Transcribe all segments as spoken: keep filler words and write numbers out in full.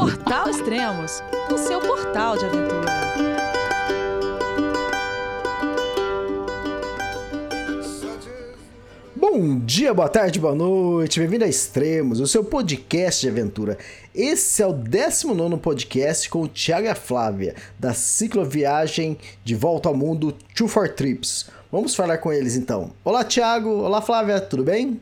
Portal Extremos, o seu portal de aventura. Bom dia, boa tarde, boa noite, bem-vindo a Extremos, o seu podcast de aventura. Esse é o décimo nono podcast com o Thiago e a Flávia, da cicloviagem de volta ao mundo Two for Trips. Vamos falar com eles então. Olá, Thiago, olá, Flávia, tudo bem?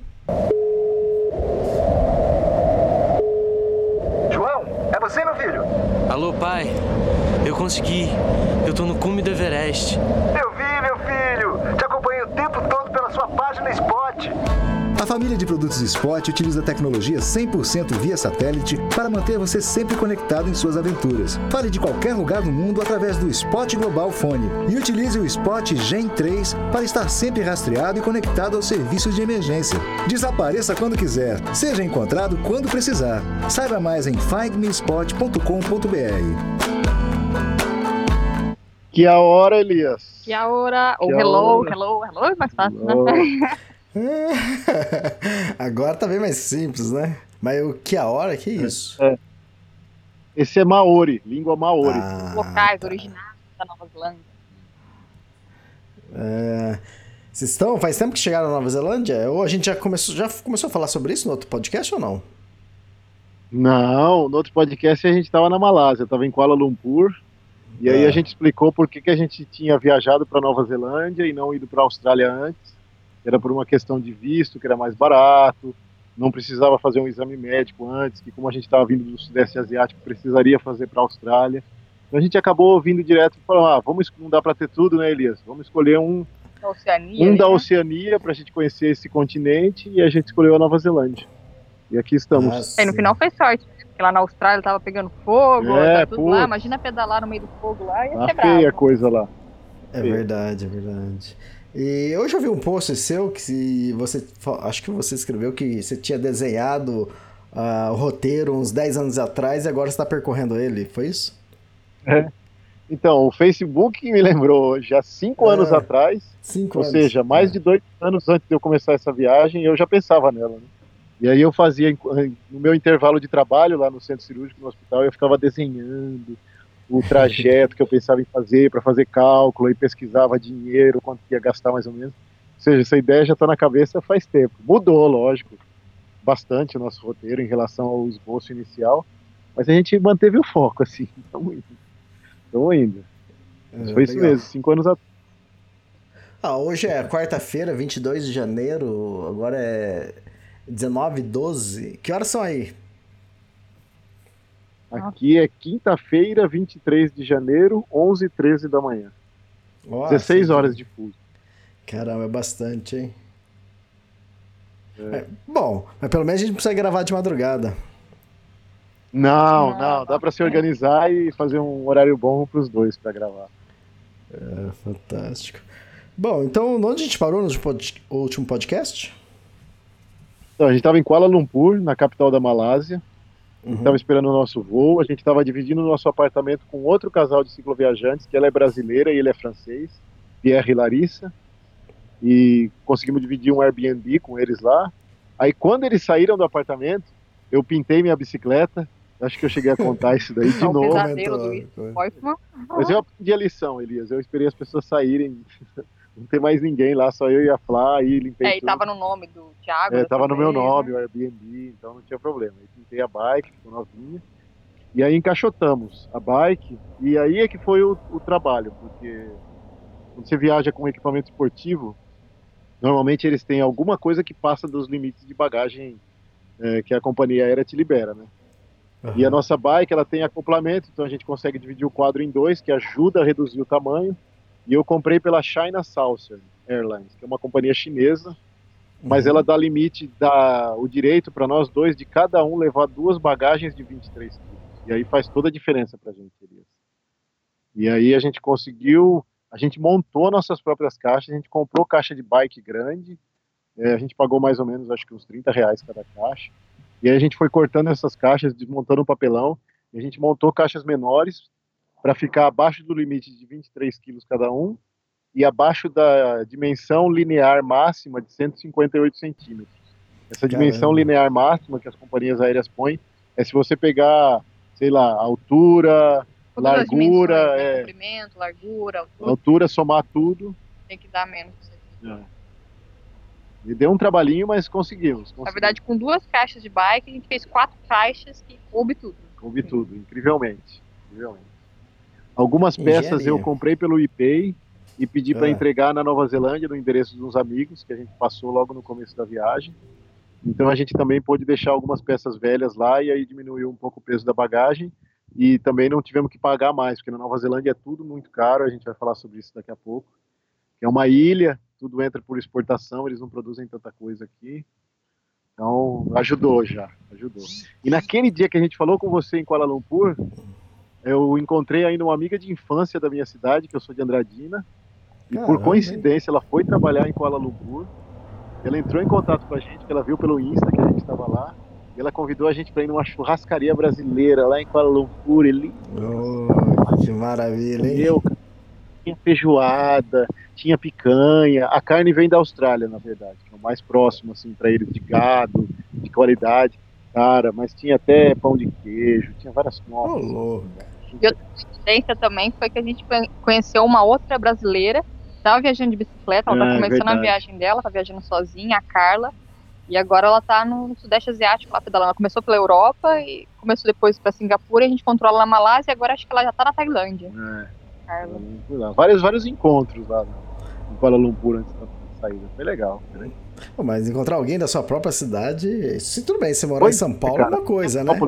João, é você, meu filho? Alô, pai, eu consegui, eu tô no cume do Everest. Eu vi, meu filho, te acompanhei o tempo todo pela sua página Spot. A família de produtos Spot utiliza tecnologia cem por cento via satélite para manter você sempre conectado em suas aventuras. Fale de qualquer lugar do mundo através do Spot Global Fone e utilize o Spot Gen três para estar sempre rastreado e conectado aos serviços de emergência. Desapareça quando quiser, seja encontrado quando precisar. Saiba mais em find me spot ponto com ponto b r. Que a hora, Elias? Que a hora, ou Que a hello, hora. hello, hello é mais fácil, Hello. né? Agora tá bem mais simples, né? Mas o que a hora, que isso? É. Esse é Maori, língua Maori. Ah, Locais tá. originários da Nova Zelândia. É, Vocês estão, faz tempo que chegaram na Nova Zelândia? Ou a gente já começou, já começou a falar sobre isso no outro podcast ou não? Não, no outro podcast a gente estava na Malásia, estava em Kuala Lumpur, e aí Ah. a gente explicou por que, que a gente tinha viajado para Nova Zelândia e não ido para a Austrália antes. Era por uma questão de visto, que era mais barato, não precisava fazer um exame médico antes, que como a gente estava vindo do Sudeste Asiático, precisaria fazer para a Austrália. Então a gente acabou vindo direto e falou, ah, vamos, não dá para ter tudo, né, Elias? Vamos escolher um, Da Oceania. um ali, da né? Oceania para a gente conhecer esse continente, e a gente escolheu a Nova Zelândia. E aqui estamos. Ah, E no sim. final foi sorte, né? Porque lá na Austrália tava pegando fogo, É, tá tudo lá. putz. Imagina pedalar no meio do fogo lá, ia Tá ser feia a bravo. coisa lá. É verdade, é verdade. E eu já vi um post seu que se você, acho que você escreveu que você tinha desenhado ah, o roteiro uns dez anos atrás e agora você está percorrendo ele, foi isso? Então, o Facebook me lembrou hoje, há cinco É, anos atrás, Cinco ou anos. seja, mais É. de dois anos antes de eu começar essa viagem, eu já pensava nela, né? E aí eu fazia, no meu intervalo de trabalho lá no centro cirúrgico, no hospital, eu ficava desenhando o trajeto que eu pensava em fazer, para fazer cálculo, e pesquisava dinheiro, quanto ia gastar mais ou menos. Ou seja, essa ideia já está na cabeça faz tempo. Mudou, lógico, bastante o nosso roteiro em relação ao esboço inicial, mas a gente manteve o foco, assim, estamos indo. Estamos indo. Mas É, foi isso legal. mesmo, cinco anos atrás. Ah, hoje é quarta-feira, vinte e dois de janeiro, agora é dezenove e doze. Que horas são aí? Aqui é quinta-feira, vinte e três de janeiro, onze e treze da manhã. Ó, dezesseis sim. horas de fuso. Caramba, é bastante, hein? É, bom, mas pelo menos a gente não precisa gravar de madrugada. Não, Não, não, dá para se organizar e fazer um horário bom para os dois para gravar. É, fantástico. Bom, então onde a gente parou no pod- último podcast? Então, a gente estava em Kuala Lumpur, na capital da Malásia. Uhum. Estava esperando o nosso voo. A gente estava dividindo o nosso apartamento com outro casal de cicloviajantes, que ela é brasileira e ele é francês, Pierre e Larissa. E conseguimos dividir um Airbnb com eles lá. Aí, quando eles saíram do apartamento, eu pintei minha bicicleta. Acho que eu cheguei a contar isso daí de É um novo. pesadelo do Comentou. Sportman. Mas eu aprendi a lição, Elias. Eu esperei as pessoas saírem. Não tem mais ninguém lá, só eu e a Flá. Aí limpei É, e tudo. tava no nome do Thiago. É, dessa tava no meu vez, nome, né? o Airbnb, então não tinha problema. Aí pintei a bike, ficou novinha. E aí encaixotamos a bike. E aí é que foi o, o trabalho, porque quando você viaja com equipamento esportivo, normalmente eles têm alguma coisa que passa dos limites de bagagem é, que a companhia aérea te libera, né? E a nossa bike, ela tem acoplamento, então a gente consegue dividir o quadro em dois, que ajuda a reduzir o tamanho. E eu comprei pela China Southern Airlines, que é uma companhia chinesa, mas Uhum. ela dá limite, dá o direito para nós dois de cada um levar duas bagagens de vinte e três quilos. E aí faz toda a diferença para a gente, Elias. E aí a gente conseguiu, a gente montou nossas próprias caixas, a gente comprou caixa de bike grande, é, a gente pagou mais ou menos, acho que uns trinta reais cada caixa. E aí a gente foi cortando essas caixas, desmontando um papelão, e a gente montou caixas menores para ficar abaixo do limite de vinte e três quilos cada um e abaixo da dimensão linear máxima de cento e cinquenta e oito centímetros. Essa dimensão Caramba. linear máxima que as companhias aéreas põem é se você pegar sei lá, altura, Todas as largura, dimensões, né? é, Comprimento, largura, altura, altura, somar tudo. tem que dar menos. É. E deu um trabalhinho, mas conseguimos. Na conseguimos. verdade, com duas caixas de bike, a gente fez quatro caixas que coube tudo. Coube tudo, incrivelmente. incrivelmente. Algumas peças Engenharia. eu comprei pelo eBay e pedi para Ah. entregar na Nova Zelândia, no endereço de uns amigos, que a gente passou logo no começo da viagem. Então a gente também pôde deixar algumas peças velhas lá e aí diminuiu um pouco o peso da bagagem. E também não tivemos que pagar mais, porque na Nova Zelândia é tudo muito caro, a gente vai falar sobre isso daqui a pouco. É uma ilha, tudo entra por exportação, eles não produzem tanta coisa aqui. Então, ajudou já, ajudou. E naquele dia que a gente falou com você em Kuala Lumpur, eu encontrei ainda uma amiga de infância da minha cidade, que eu sou de Andradina, e Caramba, por coincidência ela foi trabalhar em Kuala Lumpur, ela entrou em contato com a gente, que ela viu pelo Insta que a gente estava lá, e ela convidou a gente para ir numa churrascaria brasileira lá em Kuala Lumpur, ele... Oh, que maravilha, hein? Meu, tinha feijoada, tinha picanha, a carne vem da Austrália, na verdade, que é o mais próximo, assim, para eles, de gado, de qualidade, cara, mas tinha até pão de queijo, tinha várias Ô, coisas. louco. E outra coincidência também foi que a gente conheceu uma outra brasileira, estava viajando de bicicleta, ela É, tá começando verdade. a viagem dela, tá viajando sozinha, a Carla, e agora ela tá no Sudeste Asiático lá pedalando. Ela começou pela Europa e começou depois pra Singapura, e a gente encontrou ela na Malásia e agora acho que ela já tá na Tailândia. É, Carla. fui lá. Vários, vários encontros lá no- em Kuala Lumpur antes da saída, foi legal. Foi legal. Pô, mas encontrar alguém da sua própria cidade, se tudo bem, você morar Foi, em São Paulo cara. é uma coisa, né?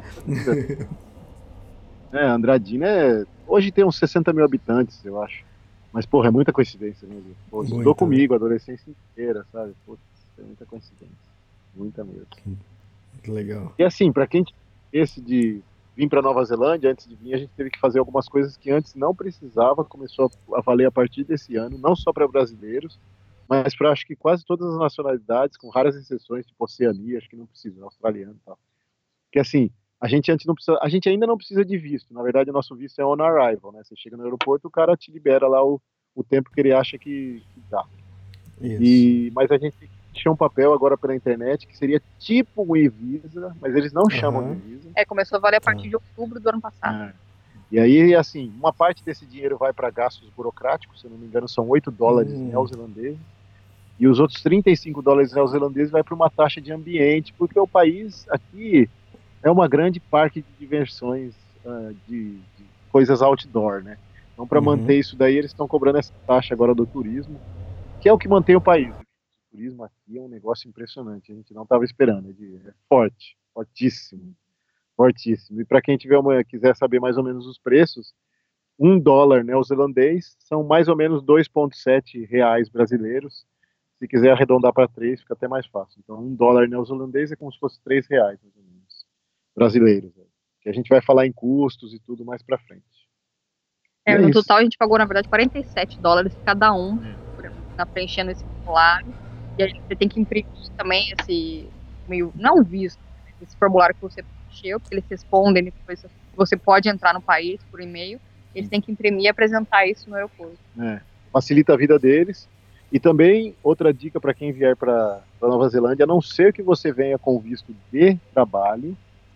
É, Andradina é, hoje tem uns sessenta mil habitantes, eu acho. Mas, porra, é muita coincidência mesmo. Pô, estudou Muita. comigo a adolescência inteira, sabe? Putz, é muita coincidência. Muita mesmo. Que legal. E assim, pra quem esse de vir pra Nova Zelândia, antes de vir, a gente teve que fazer algumas coisas que antes não precisava, começou a valer a partir desse ano, não só para brasileiros, mas para acho que quase todas as nacionalidades, com raras exceções, tipo Oceania, acho que não precisa, australiano e tal. Porque assim, a gente antes não precisa, a gente ainda não precisa de visto. Na verdade, o nosso visto é on arrival, né? Você chega no aeroporto, o cara te libera lá o, o tempo que ele acha que, que dá. Isso. E, mas a gente tinha um papel agora pela internet que seria tipo um e-visa, mas eles não chamam Aham. de visa. É, começou a valer a partir de outubro do ano passado. É. E aí, assim, uma parte desse dinheiro vai para gastos burocráticos, se eu não me engano, são oito dólares Hum. neozelandeses, e os outros trinta e cinco dólares neozelandeses vai para uma taxa de ambiente, porque o país aqui é uma grande parque de diversões, uh, de, de coisas outdoor, né? Então, para Uhum. manter isso daí, eles estão cobrando essa taxa agora do turismo, que é o que mantém o país. O turismo aqui é um negócio impressionante, a gente não estava esperando, é, de, é forte, fortíssimo. Fortíssimo. E para quem tiver uma, quiser saber mais ou menos os preços, um dólar neozelandês são mais ou menos dois vírgula sete reais brasileiros. Se quiser arredondar para três, fica até mais fácil. Então, um dólar neozelandês é como se fosse três reais, mais ou menos, brasileiros. Né? Que a gente vai falar em custos e tudo mais para frente. É, E é no isso. total a gente pagou, na verdade, quarenta e sete dólares cada um por, na preenchendo esse formulário. E aí você tem que imprimir também esse meio, não visto, esse formulário que você preencheu, porque eles respondem depois, você pode entrar no país por e-mail, eles têm que imprimir e apresentar isso no aeroporto. É, facilita a vida deles. E também, outra dica para quem vier para a Nova Zelândia, a não ser que você venha com visto de trabalho,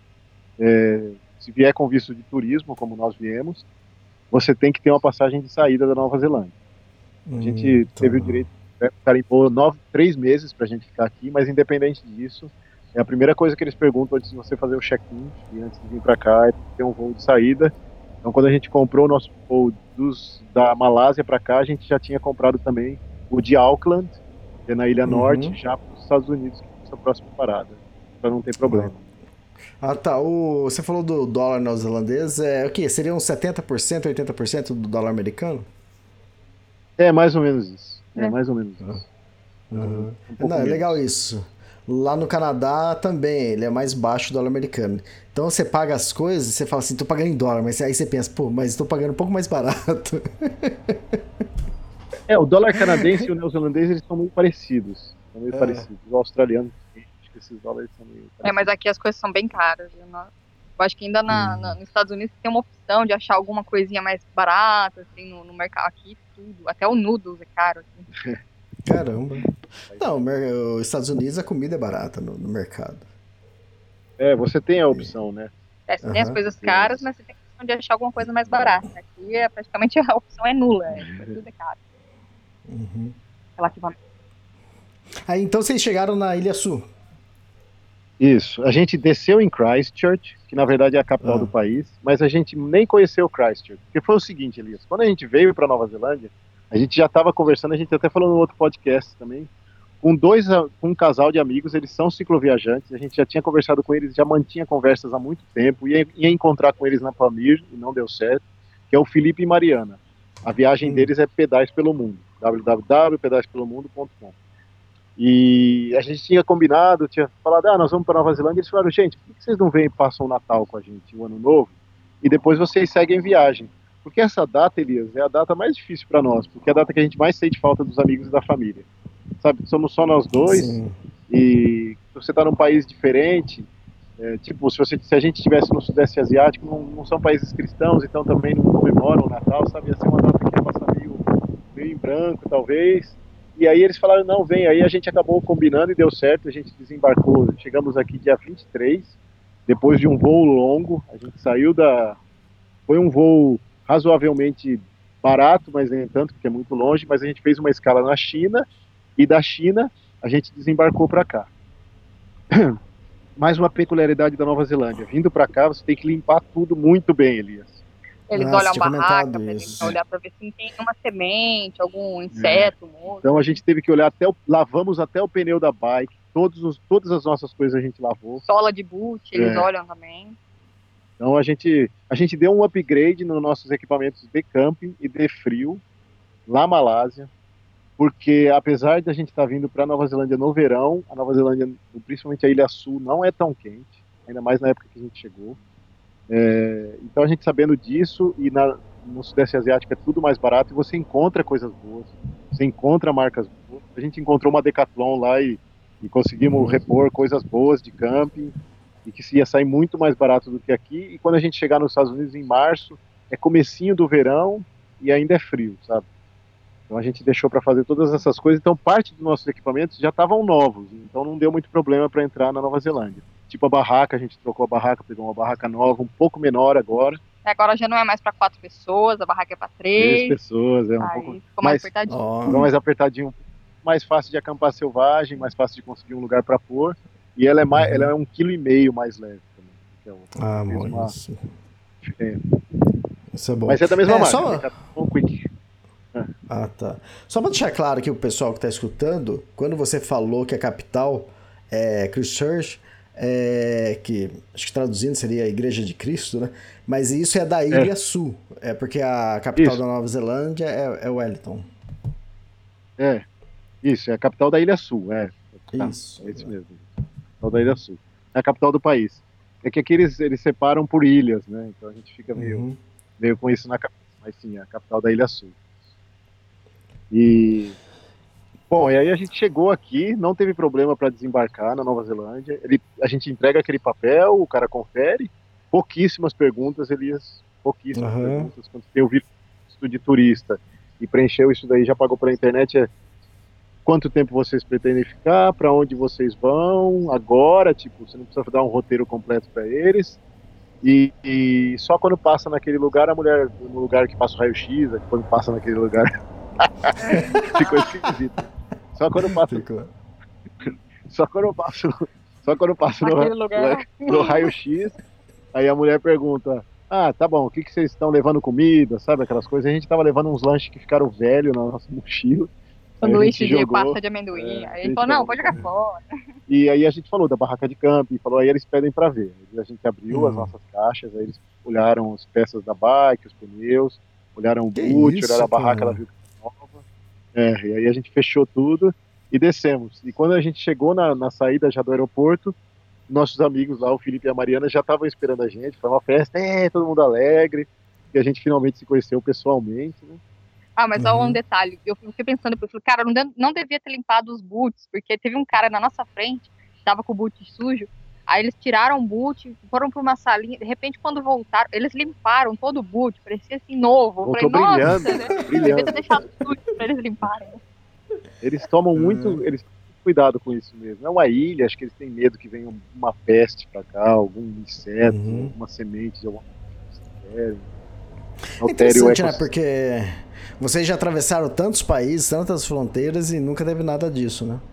é, se vier com visto de turismo, como nós viemos, você tem que ter uma passagem de saída da Nova Zelândia. A gente Hum, tá. teve o direito, né, carimbou nove, três meses para a gente ficar aqui, mas independente disso, é a primeira coisa que eles perguntam antes de você fazer o check-in e antes de vir para cá é ter um voo de saída. Então, quando a gente comprou o nosso voo dos, da Malásia para cá, a gente já tinha comprado também o de Auckland, que é na Ilha Uhum. Norte, já para os Estados Unidos, que é a nossa próxima parada, para não ter problema. Ah, tá. O, você falou do dólar neozelandês, é o quê? Seria uns setenta por cento, oitenta por cento do dólar americano? É mais ou menos isso. É, É. mais ou menos isso. Uhum. Um pouco Não, é menos. legal isso. Lá no Canadá também, ele é mais baixo do dólar americano. Então você paga as coisas e você fala assim, tô pagando em dólar, mas aí você pensa, pô, mas estou pagando um pouco mais barato. É, o dólar canadense e o neozelandês, eles são muito parecidos. São meio É. parecidos. O australiano, acho que esses dólares são meio parecidos. É, mas aqui as coisas são bem caras. Eu, não- eu acho que ainda na, na- nos Estados Unidos tem uma opção de achar alguma coisinha mais barata, assim, no, no mercado. Aqui tudo, até o noodles é caro. Assim. Caramba. Não, os Estados Unidos a comida é barata no, no mercado. É, você tem a opção, né? É, você tem as Aham. coisas caras, mas você tem a opção de achar alguma coisa mais barata. Aqui é praticamente a opção é nula, é, tudo é caro. Uhum. Relativamente. Aí então vocês chegaram na Ilha Sul. Isso. A gente desceu em Christchurch, que na verdade é a capital Ah. do país, mas a gente nem conheceu Christchurch. Porque foi o seguinte, Elias, quando a gente veio para Nova Zelândia, a gente já estava conversando, a gente até falou no outro podcast também, com dois, com um casal de amigos, eles são cicloviajantes, a gente já tinha conversado com eles, já mantinha conversas há muito tempo, ia, ia encontrar com eles na Pamir, e não deu certo, que é o Felipe e Mariana. A viagem Hum. deles é Pedais pelo Mundo, w w w ponto pedais pelo mundo ponto com. E a gente tinha combinado, tinha falado, ah, nós vamos para Nova Zelândia, eles falaram, gente, por que vocês não vêm e passam o Natal com a gente, o Ano Novo, e depois vocês seguem viagem? Porque essa data, Elias, é a data mais difícil para nós, porque é a data que a gente mais sente falta dos amigos e da família. Sabe, somos só nós dois, Sim. e você está num país diferente, é, tipo, se, você, se a gente estivesse no Sudeste Asiático, não, não são países cristãos, então também não comemoram o Natal, sabe, ia ser uma data que ia passar meio, meio em branco, talvez. E aí eles falaram, não, vem, aí a gente acabou combinando e deu certo, a gente desembarcou, chegamos aqui dia vinte e três, depois de um voo longo, a gente saiu da... Foi um voo razoavelmente barato, mas nem tanto, porque é muito longe, mas a gente fez uma escala na China, e da China a gente desembarcou para cá. Mais uma peculiaridade da Nova Zelândia, vindo para cá você tem que limpar tudo muito bem, Elias. Eles Nossa, olham a tinha barraca, comentado pra isso. tentar olhar pra ver se não tem uma semente, algum inseto, morto. Então a gente teve que olhar até o, lavamos até o pneu da bike, todos os, todas as nossas coisas a gente lavou. Sola de boot, eles É. olham também. Então a gente, a gente deu um upgrade nos nossos equipamentos de camping e de frio, lá na Malásia, porque apesar de a gente estar vindo para Nova Zelândia no verão, a Nova Zelândia, principalmente a Ilha Sul, não é tão quente, ainda mais na época que a gente chegou. É, então a gente sabendo disso, e na, no Sudeste Asiático é tudo mais barato, e você encontra coisas boas, você encontra marcas boas. A gente encontrou uma Decathlon lá e, e conseguimos Uhum. repor coisas boas de camping, e que ia sair muito mais barato do que aqui, e quando a gente chegar nos Estados Unidos em março, é comecinho do verão e ainda é frio, sabe? Então a gente deixou para fazer todas essas coisas, então parte dos nossos equipamentos já estavam novos, então não deu muito problema para entrar na Nova Zelândia. Tipo a barraca, a gente trocou a barraca, pegou uma barraca nova, um pouco menor agora, Agora já não é mais pra quatro pessoas, a barraca é pra três três. pessoas, é um Aí pouco ficou mais mais, apertadinho. Ó, ficou mais apertadinho, mais fácil de acampar selvagem, mais fácil de conseguir um lugar para pôr, e ela é, mais, Uhum. ela é um quilo e meio mais leve também. Que é outra. ah, Fez bom, uma isso. diferença. Isso é bom. Mas é da mesma É, marca, só- Decathlon Quick. Ah, tá. Só pra deixar claro aqui o pessoal que tá escutando, quando você falou que a capital é Christchurch, é, que acho que traduzindo seria a Igreja de Cristo, né? Mas isso é da Ilha Sul, é porque a capital Isso. da Nova Zelândia é, é Wellington. É, isso, é a capital da Ilha Sul, é. Tá, Isso. É isso mesmo. Capital da Ilha Sul. É a capital do país. É que aqui eles, eles separam por ilhas, né? Então a gente fica meio, Uhum. meio com isso na cabeça. Mas sim, é a capital da Ilha Sul. E... Bom, e aí a gente chegou aqui, não teve problema para desembarcar na Nova Zelândia. Ele, a gente entrega aquele papel, o cara confere, pouquíssimas perguntas, Elias, pouquíssimas Aham. perguntas. Quando você tem o visto de turista e preencheu isso daí, já pagou pela internet, é quanto tempo vocês pretendem ficar, para onde vocês vão, agora, tipo, você não precisa dar um roteiro completo para eles. E, e só quando passa naquele lugar, a mulher, no lugar que passa o raio-x, quando passa naquele lugar, ficou esquisito. Só quando passa, Ficou. só quando eu passo, só quando eu passo no, Naquele lugar. no raio-x, aí a mulher pergunta, ah, tá bom, o que, que vocês estão levando comida, sabe, aquelas coisas. A gente tava levando uns lanches que ficaram velhos na nossa mochila. Aí a Sanduíche gente de jogou, pasta de amendoim. é, Aí a ele gente falou, não, jogou. pode jogar fora. E aí a gente falou da barraca de camping, falou, aí eles pedem para ver. Aí a gente abriu Hum. as nossas caixas, aí eles olharam as peças da bike, os pneus, olharam o Que boot, isso, olharam a barraca, cara? ela viu que era nova. É, e aí a gente fechou tudo e descemos. E quando a gente chegou na, na saída já do aeroporto, nossos amigos lá, o Felipe e a Mariana, já estavam esperando a gente, foi uma festa, é, todo mundo alegre, e a gente finalmente se conheceu pessoalmente, né? Ah, mas só Uhum. um detalhe. Eu fiquei pensando, eu falei, cara, não, de- não devia ter limpado os boots, porque teve um cara na nossa frente, tava com o boot sujo, aí eles tiraram o boot, foram pra uma salinha, de repente quando voltaram, eles limparam todo o boot, parecia assim, novo. Eu Voltou falei, brilhando, nossa, né? Devia brilhando. ter deixado sujo pra eles limparem. Eles tomam Hum. muito, eles cuidado com isso mesmo. É uma ilha, acho que eles têm medo que venha uma peste pra cá, algum inseto, Uhum. uma semente de alguma coisa que eles querem. É Altere o interessante, né? ecossistema. Porque vocês já atravessaram tantos países, tantas fronteiras e nunca teve nada disso, né?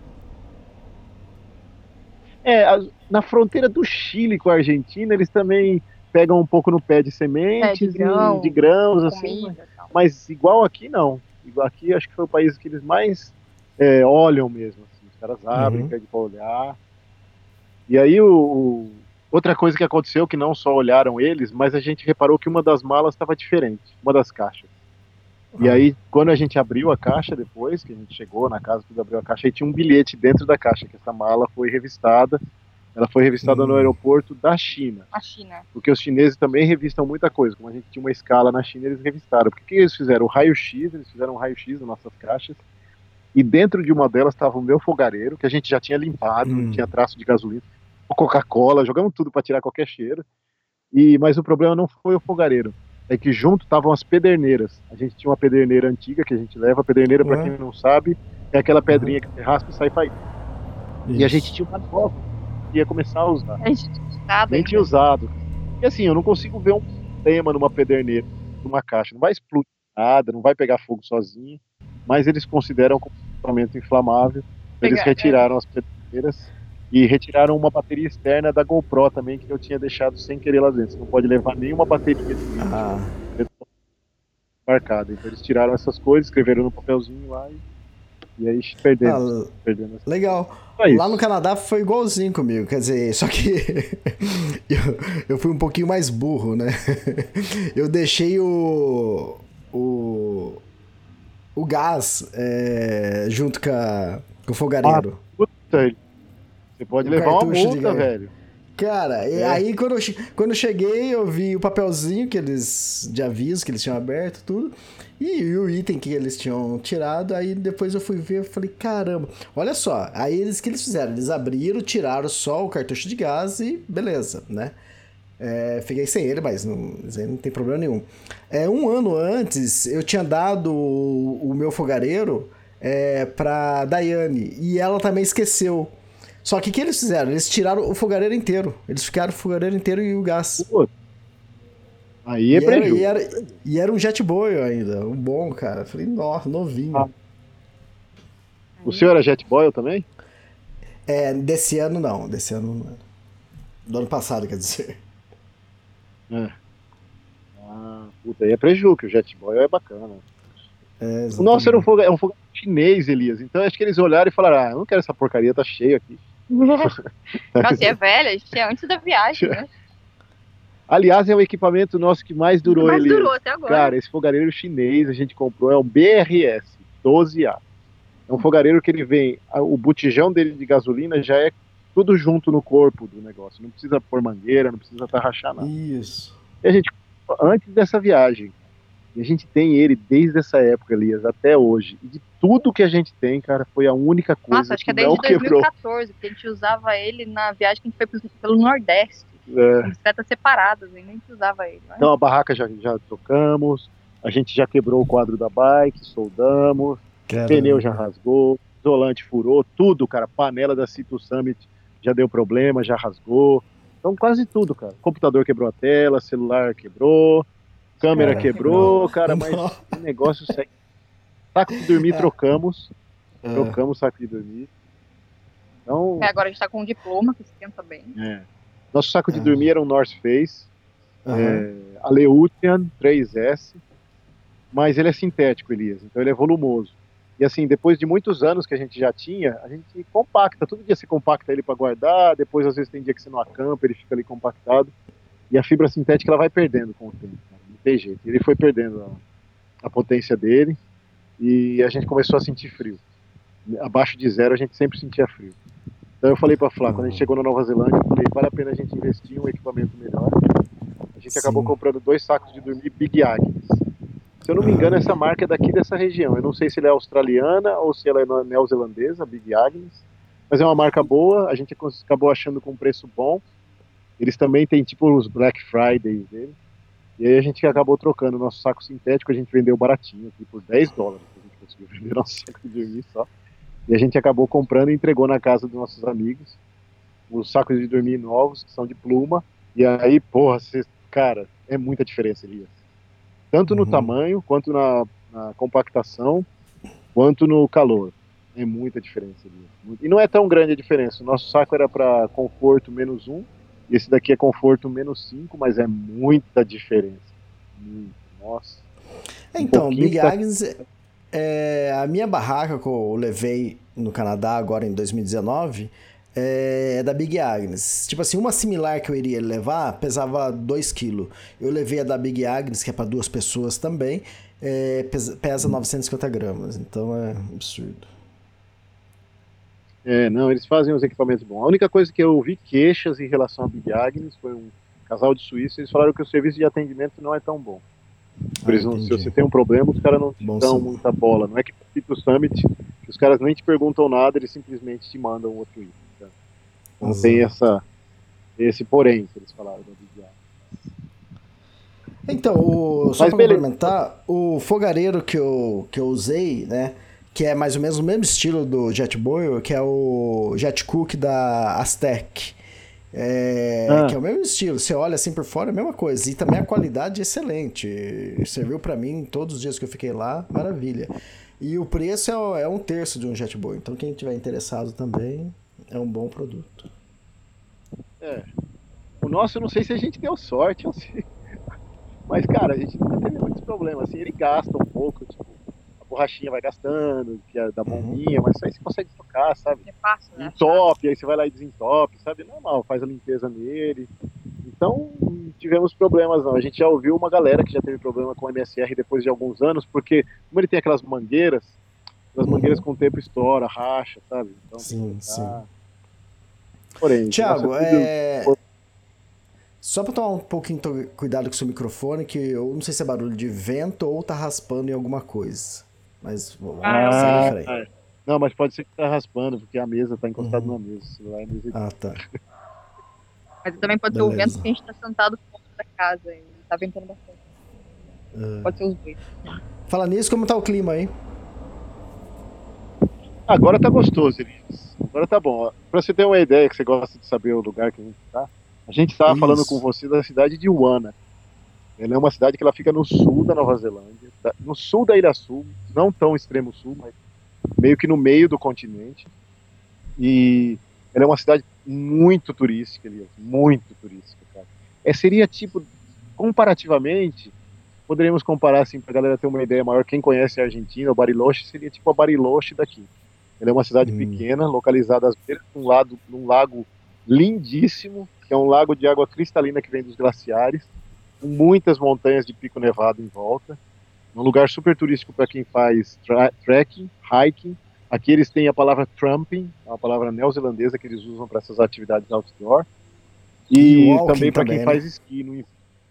É, a- na fronteira do Chile com a Argentina, eles também pegam um pouco no pé de É, sementes de grão, e de grãos, assim, comida e tal. mas igual aqui não. Igual aqui acho que foi o país que eles mais é, olham mesmo. Assim. Os caras abrem, Uhum. pedem pra olhar. E aí o, o- outra coisa que aconteceu, que não só olharam eles, mas a gente reparou que uma das malas estava diferente, uma das caixas. E aí, quando a gente abriu a caixa depois, que a gente chegou na casa, tudo abriu a caixa, aí tinha um bilhete dentro da caixa, que essa mala foi revistada. Ela foi revistada no Hum. aeroporto da China. A China. Porque os chineses também revistam muita coisa. Como a gente tinha uma escala na China, eles revistaram. Porque o que eles fizeram? O raio-x, eles fizeram um raio-x nas nossas caixas. E dentro de uma delas estava o meu fogareiro, que a gente já tinha limpado, Hum. tinha traço de gasolina, Coca-Cola, jogamos tudo para tirar qualquer cheiro. E, mas o problema não foi o fogareiro. É que junto estavam as pederneiras. A gente tinha uma pederneira antiga que a gente leva. A pederneira, para Ué? quem não sabe, é aquela pedrinha que você raspa e sai faísca. E a gente tinha uma nova que ia começar a usar. A gente tinha usado Nem ainda. tinha usado. E assim, eu não consigo ver um problema numa pederneira, numa caixa. Não vai explodir nada, não vai pegar fogo sozinho. Mas eles consideram como equipamento inflamável. Eles Pegar- retiraram as pederneiras e retiraram uma bateria externa da GoPro também, que eu tinha deixado sem querer lá dentro. Você não pode levar nenhuma bateria de vídeo Ah, marcada. Então eles tiraram essas coisas, escreveram no papelzinho lá e, e aí perdemos. ah, perdemos essa- legal. Só isso. Lá no Canadá foi igualzinho comigo, quer dizer, só que eu, eu fui um pouquinho mais burro, né? Eu deixei o o, o gás é, junto com, a- com o fogareiro. Puta, você pode O levar uma cartucho de multa, gás. velho. Cara, e É. aí quando eu, che- quando eu cheguei, eu vi o papelzinho que eles de aviso que eles tinham aberto, tudo, e o item que eles tinham tirado. Aí depois eu fui ver, eu falei, caramba, olha só. Aí eles que eles fizeram, eles abriram, tiraram só o cartucho de gás e beleza, né? É, fiquei sem ele, mas não, isso aí não tem problema nenhum. É, um ano antes, eu tinha dado o, o meu fogareiro é, pra Daiane, e ela também esqueceu. Só que o que eles fizeram? Eles tiraram o fogareiro inteiro. Eles ficaram o fogareiro inteiro e o gás. Pô, aí E é era, prejuízo. e, era, e era um Jetboil ainda, um bom, cara. Falei, nossa, novinho. Ah. O senhor era Jetboil também? É, desse ano não, desse ano não era. Do ano passado, quer dizer. É. Ah, puta, aí é prejuízo, que o Jetboil é bacana. É, O nosso era um exatamente. fogo, é um fogo chinês, Elias. Então acho que eles olharam e falaram: ah, eu não quero essa porcaria, tá cheio aqui. Nossa, e é velha, a gente tinha antes da viagem, né? Aliás, é o equipamento nosso que mais durou, Mas Elias. durou até agora. Cara, esse fogareiro chinês a gente comprou, é um B R S doze A. É um fogareiro que ele vem, a- o botijão dele de gasolina já é tudo junto no corpo do negócio. Não precisa pôr mangueira, não precisa tarrachar nada. Isso. E a gente, antes dessa viagem, e a gente tem ele desde essa época, Elias, até hoje. E de tudo que a gente tem, cara, foi a única coisa Nossa, acho que é que não desde dois mil quebrou. e quatorze, porque a gente usava ele na viagem que a gente foi pro- pelo Nordeste. É. Com bicicletas separadas, e nem usava ele. Né? Então a barraca já, já trocamos, a gente já quebrou o quadro da bike, soldamos, Caramba. pneu já rasgou, isolante furou, tudo, cara. Panela da Cito Summit já deu problema, já rasgou. Então quase tudo, cara. Computador quebrou a tela, celular quebrou, câmera Cara, quebrou, não. cara, mas Não. o negócio segue. Saco de dormir trocamos, É. trocamos saco de dormir. Então, É, agora a gente tá com um diploma, que esquenta bem. é. Nosso saco de Ah. dormir era um North Face, Aham. é, Aleutian três S, mas ele é sintético, Elias, então ele é volumoso. E assim, depois de muitos anos que a gente já tinha, a gente compacta, todo dia você compacta ele para guardar, depois às vezes tem dia que você não acampa, ele fica ali compactado, e a fibra sintética ela vai perdendo com o tempo, cara, não tem jeito. Ele foi perdendo a, a potência dele, e a gente começou a sentir frio. Abaixo de zero a gente sempre sentia frio. Então eu falei para Flá, quando a gente chegou na Nova Zelândia, eu falei, vale a pena a gente investir em um equipamento melhor. A gente Sim. acabou comprando dois sacos de dormir Big Agnes. Se eu não me engano, essa marca é daqui dessa região. Eu não sei se ela é australiana ou se ela é neozelandesa, Big Agnes. Mas é uma marca boa, a gente acabou achando com um preço bom. Eles também têm tipo os Black Fridays dele. E aí a gente acabou trocando o nosso saco sintético, a gente vendeu baratinho aqui por dez dólares. A gente conseguiu vender nosso saco de dormir só. E a gente acabou comprando e entregou na casa dos nossos amigos os sacos de dormir novos, que são de pluma. E aí, porra, cê, cara, é muita diferença, Elias. Tanto no Uhum. tamanho, quanto na, na compactação, quanto no calor. É muita diferença, Elias. E não é tão grande a diferença. O nosso saco era para conforto menos um, e esse daqui é conforto menos cinco, mas é muita diferença. Muito, nossa. Então, pouquinho Big tá- Agnes, é, a minha barraca que eu levei no Canadá agora em dois mil e dezenove é, é da Big Agnes. Tipo assim, uma similar que eu iria levar pesava dois quilos. Eu levei a da Big Agnes, que é para duas pessoas também, é, pesa, pesa novecentos e cinquenta gramas. Então é absurdo. É, não, eles fazem os equipamentos bons. A única coisa que eu ouvi queixas em relação a Big Agnes foi um casal de suíços, eles falaram que o serviço de atendimento não é tão bom. Por Ah, exemplo, se entendi. você tem um problema, os caras não te Bom dão saber. muita bola. Não é que tipo o Summit, que os caras nem te perguntam nada, eles simplesmente te mandam outro item. Tá? Então Exato. tem essa, esse porém que eles falaram da Big Agnes. Então, o, só Mas para beleza. complementar, o fogareiro que eu, que eu usei, né, que é mais ou menos o mesmo estilo do JetBoil, que é o JetCook da Aztec. É, Ah. Que é o mesmo estilo, você olha assim por fora, é a mesma coisa. E também a qualidade é excelente. Serviu para mim todos os dias que eu fiquei lá, maravilha. E o preço é, é um terço de um JetBoil, então quem tiver interessado também é um bom produto. É. O nosso, eu não sei se a gente deu sorte ou se... Mas, cara, a gente nunca teve muitos problemas. Assim, ele gasta um pouco, tipo, a borrachinha vai gastando, que é da bombinha, mas isso aí você consegue trocar, sabe? É fácil, né? Entope, aí você vai lá e desentope, sabe? Normal, faz a limpeza nele. Então, não tivemos problemas não. A gente já ouviu uma galera que já teve problema com o M S R depois de alguns anos, porque como ele tem aquelas mangueiras, as mangueiras com o tempo estoura, racha, sabe? Então, Sim, sim. Porém, Tiago, nossa, tudo- é... só pra tomar um pouquinho de cuidado com o seu microfone, que eu não sei se é barulho de vento ou tá raspando em alguma coisa. Mas vamos lá, Ah, segue Ah, em frente. não, mas pode ser que tá raspando, porque a mesa tá encostada Uhum. na mesa. O celular é mesa de... Ah, tá. Mas também pode ser o Beleza. vento porque a gente tá sentado fora da casa e tá ventando bastante. Ah. Pode ser os dois. Fala nisso, como tá o clima aí? Agora tá gostoso, Elias. Agora tá bom. Ó, pra você ter uma ideia, que você gosta de saber o lugar que a gente tá, a gente tava Isso. falando com você da cidade de Wana. Ela é uma cidade que ela fica no sul da Nova Zelândia, da- no sul da Ilha Sul, não tão extremo sul, mas meio que no meio do continente. E ela é uma cidade muito turística, Elias, muito turística, cara. É, seria tipo, comparativamente, poderíamos comparar assim pra galera ter uma ideia maior, quem conhece a Argentina, o Bariloche seria tipo a Bariloche daqui. Ela é uma cidade Hum. pequena, localizada às beiras de um, lado, num lago lindíssimo, que é um lago de água cristalina que vem dos glaciares, com muitas montanhas de pico nevado em volta. Um lugar super turístico para quem faz tra trekking, hiking. Aqui eles têm a palavra tramping, é uma palavra neozelandesa que eles usam para essas atividades outdoor. E, E walking também para também, quem né? faz esqui no inverno.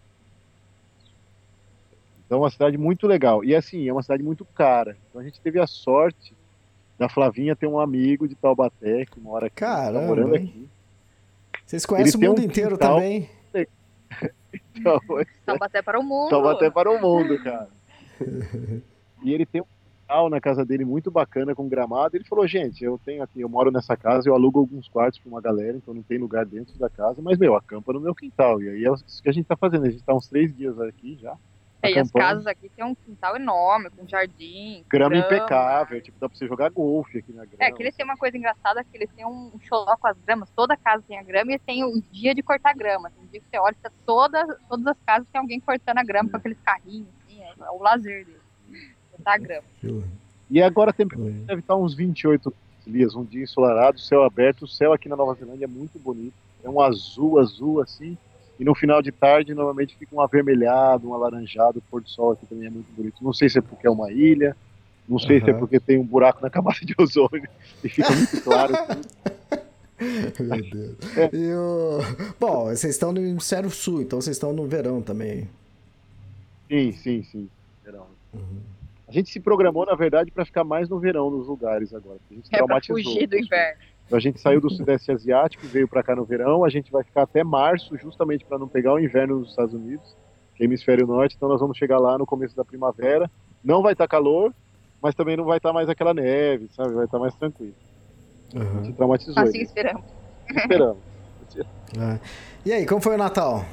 Então é uma cidade muito legal. E assim, é uma cidade muito cara. Então a gente teve a sorte da Flavinha ter um amigo de Taubaté que mora aqui, Caramba, tá morando hein? aqui. Vocês conhecem Ele o mundo tem um inteiro quintal. também? Então, Taubaté para o mundo. Taubaté para o mundo, cara. E ele tem um quintal na casa dele muito bacana com gramado. Ele falou, gente, eu tenho aqui, eu moro nessa casa, eu alugo alguns quartos para uma galera, então não tem lugar dentro da casa, mas meu, acampa no meu quintal. E aí é isso que a gente tá fazendo. A gente tá uns três dias aqui já. É, e as acampando. casas aqui tem um quintal enorme, com jardim, com Grama impecável, tipo, dá pra você jogar golfe aqui na grama. É, que eles têm uma coisa engraçada, que eles têm um xodó com as gramas, toda casa tem a grama, e tem o dia de cortar grama. Tem um dia que você olha, tá toda, todas as casas tem alguém cortando a grama com aqueles carrinhos, assim, é, é o lazer deles, cortar a grama. E agora a temperatura deve estar uns vinte e oito dias, um dia ensolarado, céu aberto. O céu aqui na Nova Zelândia é muito bonito, é um azul, azul assim, e no final de tarde normalmente fica um avermelhado, um alaranjado. O pôr do sol aqui também é muito bonito. Não sei se é porque é uma ilha, não sei Uhum. se é porque tem um buraco na camada de ozônio e fica muito claro tudo. Meu Deus. E o... Bom, vocês estão no hemisfério sul, então vocês estão no verão também. Sim, sim, sim. Verão. A gente se programou, na verdade, para ficar mais no verão nos lugares agora. A gente É pra traumatizou. fugir do inverno. Então a gente saiu do Sudeste Asiático, veio para cá no verão. A gente vai ficar até março, justamente para não pegar o inverno nos Estados Unidos, que é hemisfério norte. Então nós vamos chegar lá no começo da primavera. Não vai estar calor, mas também não vai estar mais aquela neve, sabe? Vai estar mais tranquilo. Uhum. A gente traumatizou. Assim ele. esperamos. Esperamos. É. E aí, como foi o Natal?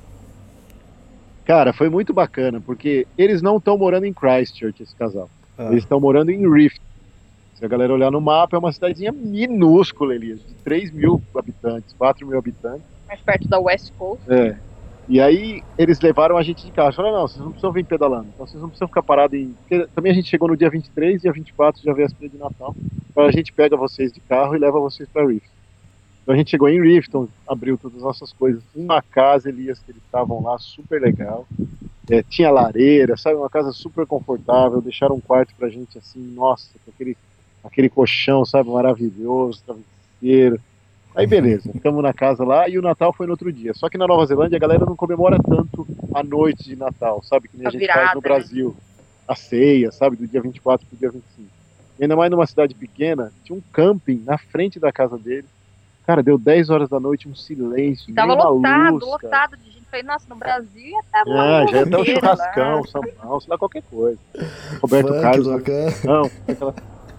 Cara, foi muito bacana, porque eles não estão morando em Christchurch, esse casal. Ah. Eles estão morando em Rift. Se a galera olhar no mapa, é uma cidadezinha minúscula, Elias, de três mil habitantes, quatro mil habitantes. Mais perto da West Coast. É. E aí, eles levaram a gente de carro. Falaram, não, vocês não precisam vir pedalando. Então, vocês não precisam ficar parados em... Porque também a gente chegou no dia vinte e três, dia vinte e quatro, já véspera de Natal. Então, a gente pega vocês de carro e leva vocês para Rift. Então, a gente chegou em Rifton, abriu todas as nossas coisas. Uma casa, Elias, que eles estavam lá, super legal. É, tinha lareira, sabe? Uma casa super confortável. Deixaram um quarto pra gente, assim, nossa, com aquele, aquele colchão, sabe? Maravilhoso, travesseiro. Aí beleza, ficamos na casa lá e o Natal foi no outro dia. Só que na Nova Zelândia a galera não comemora tanto a noite de Natal, sabe? Que nem a, a gente virada, faz no Brasil. Né? A ceia, sabe? Do dia vinte e quatro pro dia vinte e cinco. E ainda mais numa cidade pequena, tinha um camping na frente da casa dele. Cara, deu dez horas da noite, um silêncio. E tava lotado, luz, lotado de gente. Falei, nossa, no Brasil ia até uma. É, já ia até um churrascão, São Paulo, sei lá, qualquer coisa. Roberto Funk, Carlos. Não, aquela...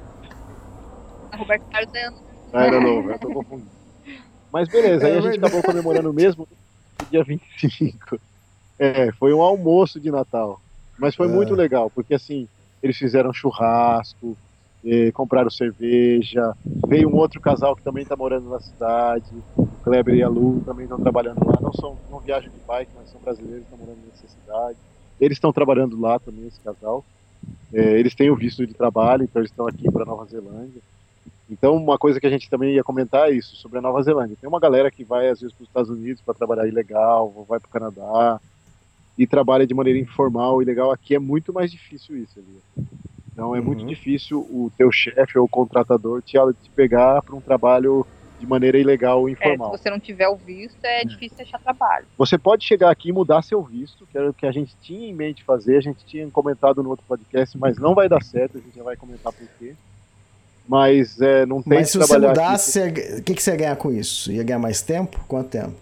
Roberto Carlos é. Ah, era novo, eu tô confundindo. Mas beleza, aí a gente acabou comemorando mesmo no dia vinte e cinco. É, foi um almoço de Natal. Mas foi é. muito legal, porque assim, eles fizeram churrasco, eh, compraram cerveja, veio um outro casal que também tá morando na cidade, o Kleber e a Lu também estão trabalhando lá, não, são, não viajam de bike, mas são brasileiros, estão morando nessa cidade. Eles estão trabalhando lá também, esse casal. É, eles têm o visto de trabalho, então eles estão aqui para Nova Zelândia. Então, uma coisa que a gente também ia comentar é isso, sobre a Nova Zelândia. Tem uma galera que vai, às vezes, para os Estados Unidos para trabalhar ilegal, ou vai para o Canadá, e trabalha de maneira informal e legal. Aqui é muito mais difícil isso, ali. Então, é uhum. muito difícil o teu chefe ou o contratador te, te pegar para um trabalho de maneira ilegal ou informal. É, se você não tiver o visto, é, é difícil achar trabalho. Você pode chegar aqui e mudar seu visto, que era o que a gente tinha em mente fazer, a gente tinha comentado no outro podcast, mas não vai dar certo, a gente já vai comentar por quê. Mas é, não tem Mas se você mudasse, o que, que você ia ganhar com isso? Ia ganhar mais tempo? Quanto tempo?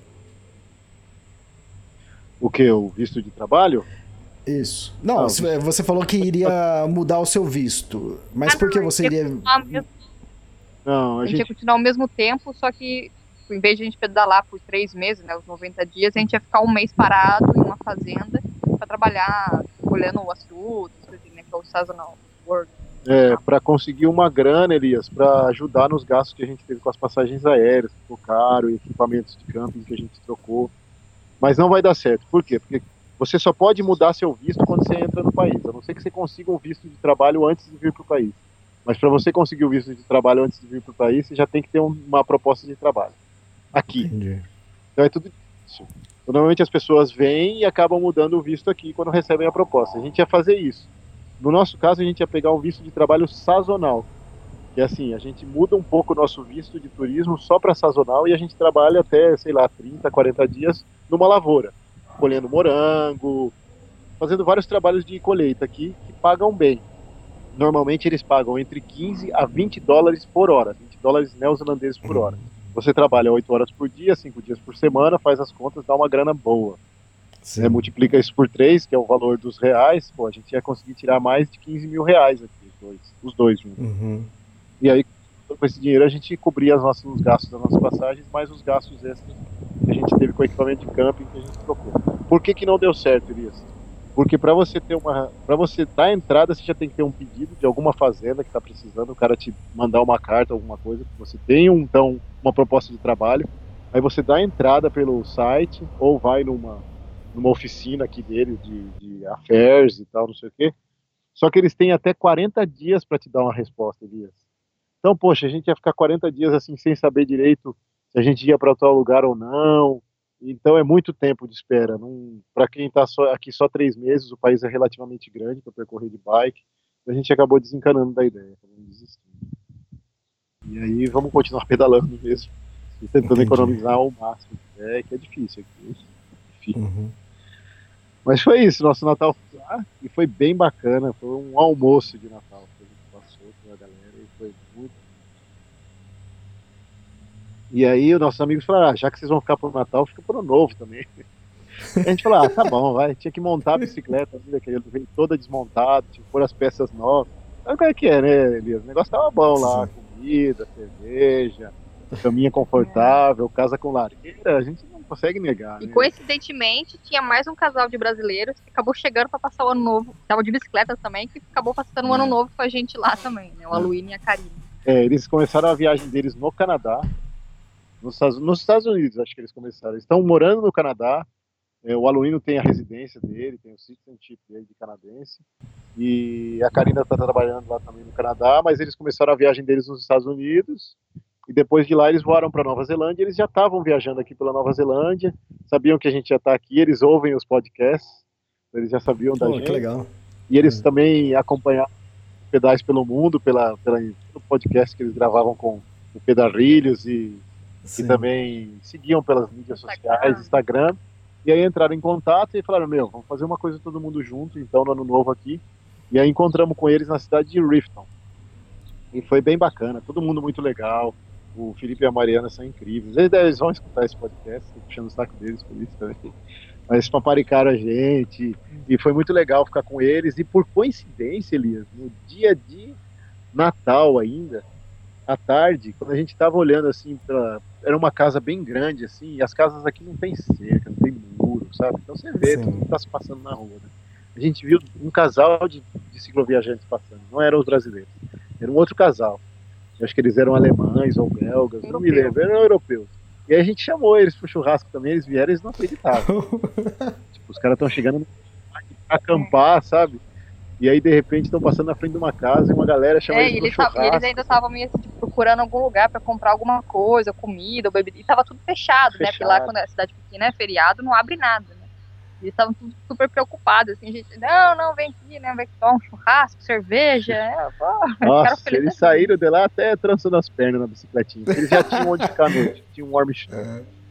O que? O visto de trabalho? Isso. Não, ah, você falou que iria mudar o seu visto. Mas ah, por que você iria... Não, a, a gente gente ia continuar ao mesmo tempo, só que em vez de a gente pedalar por três meses, né, os noventa dias, a gente ia ficar um mês parado em uma fazenda para trabalhar, colhendo as frutas, né, que é o seasonal work. É, para conseguir uma grana, Elias, para ajudar nos gastos que a gente teve com as passagens aéreas, que ficou caro, e equipamentos de camping que a gente trocou. Mas não vai dar certo. Por quê? Porque você só pode mudar seu visto quando você entra no país. A não ser que você consiga um visto de trabalho antes de vir para o país. Mas para você conseguir o visto de trabalho antes de vir para o país, você já tem que ter um, uma proposta de trabalho aqui. Entendi. Então é tudo difícil. Então, normalmente as pessoas vêm e acabam mudando o visto aqui quando recebem a proposta. A gente ia fazer isso. No nosso caso, a gente ia pegar um visto de trabalho sazonal, que é assim, a gente muda um pouco o nosso visto de turismo só para sazonal e a gente trabalha até, sei lá, trinta, quarenta dias numa lavoura, colhendo morango, fazendo vários trabalhos de colheita aqui que pagam bem. Normalmente eles pagam entre quinze a vinte dólares por hora, vinte dólares neozelandeses por hora. Você trabalha oito horas por dia, cinco dias por semana, faz as contas, dá uma grana boa. É, multiplica isso por três, que é o valor dos reais, pô, a gente ia conseguir tirar mais de quinze mil reais aqui, os dois, os dois juntos. Uhum. E aí, com esse dinheiro, a gente cobria os nossos os gastos das nossas passagens, mais os gastos extras que a gente teve com o equipamento de camping que a gente trocou. Por que que não deu certo, Elias? Porque para você ter uma, para você dar a entrada, você já tem que ter um pedido de alguma fazenda que está precisando, o cara te mandar uma carta, alguma coisa, que você tem um, então uma proposta de trabalho, aí você dá a entrada pelo site ou vai numa numa oficina aqui deles de, de affairs e tal, não sei o quê. Só que eles têm até quarenta dias para te dar uma resposta, Elias. Então, poxa, a gente ia ficar quarenta dias assim sem saber direito se a gente ia para tal lugar ou não. Então é muito tempo de espera. Para quem está aqui só três meses, o país é relativamente grande para percorrer de bike. A gente acabou desencanando da ideia, acabamos desistindo. E aí vamos continuar pedalando mesmo, e tentando Entendi. economizar o máximo. É que é difícil aqui. Uhum. Mas foi isso, nosso Natal ah, e foi bem bacana, foi um almoço de Natal que a gente passou com a galera e foi muito. E aí os nossos amigos falaram, ah, já que vocês vão ficar pro Natal, fica pro Ano Novo também. A gente falou, ah, tá bom, vai, tinha que montar a bicicleta, que veio toda desmontada, tinha que pôr as peças novas. Sabe como é que é, né, Elias? O negócio tava bom lá, comida, cerveja, caminha confortável, casa com lareira, a gente não consegue negar, E né? coincidentemente tinha mais um casal de brasileiros que acabou chegando pra passar o ano novo, tava de bicicleta também, que acabou passando o ano novo com a gente lá também, né? O Aluíne e a Karine. É, eles começaram a viagem deles no Canadá, nos Estados, nos Estados Unidos, acho que eles começaram. Eles estão morando no Canadá. É, o Aluíno tem a residência dele, tem o citizenship dele de canadense. E a Karina está trabalhando lá também no Canadá, mas eles começaram a viagem deles nos Estados Unidos. E depois de lá eles voaram para Nova Zelândia. Eles já estavam viajando aqui pela Nova Zelândia, sabiam que a gente já está aqui, eles ouvem os podcasts, eles já sabiam da Pô, gente. que legal. E eles também acompanharam Pedais pelo Mundo, pela, pela, pelo podcast que eles gravavam com o Pedarilhos e, e também seguiam pelas mídias sociais, Instagram. E aí entraram em contato e falaram, meu, vamos fazer uma coisa todo mundo junto, então, no ano novo aqui. E aí encontramos com eles na cidade de Rifton. E foi bem bacana, todo mundo muito legal. O Felipe e a Mariana são incríveis. Eles, eles vão escutar esse podcast, tô puxando o saco deles por isso também. Mas paparicaram a gente, e foi muito legal ficar com eles. E por coincidência, Elias, no dia de Natal ainda, à tarde, quando a gente estava olhando assim, pra... era uma casa bem grande, assim, e as casas aqui não tem cerca, não tem muro, sabe? Então você vê, Sim. todo mundo está se passando na rua, né? A gente viu um casal de, de cicloviajantes passando, não eram os brasileiros, era um outro casal. Eu acho que eles eram alemães ou belgas, não me lembro, eram europeus. E aí a gente chamou eles pro churrasco também, eles vieram e eles não acreditavam. Tipo, os caras estão chegando pra acampar, sabe? E aí, de repente, estão passando na frente de uma casa e uma galera chama É, eles e pro eles, tavam- e churrasco. eles ainda estavam meio assim, tipo, procurando algum lugar pra comprar alguma coisa, comida, ou bebida, e tava tudo fechado, né? Porque lá, Fechado. quando é cidade pequena, é feriado, não abre nada, né? E eles estavam tudo super preocupados, assim, gente, não, não, vem aqui, né? Vem tomar um churrasco, cerveja, é, pô, ficaram Nossa, felizes. eles saíram de lá até trançando as pernas na bicicletinha. Porque eles já tinham onde ficar à noite, tinha um warm shop.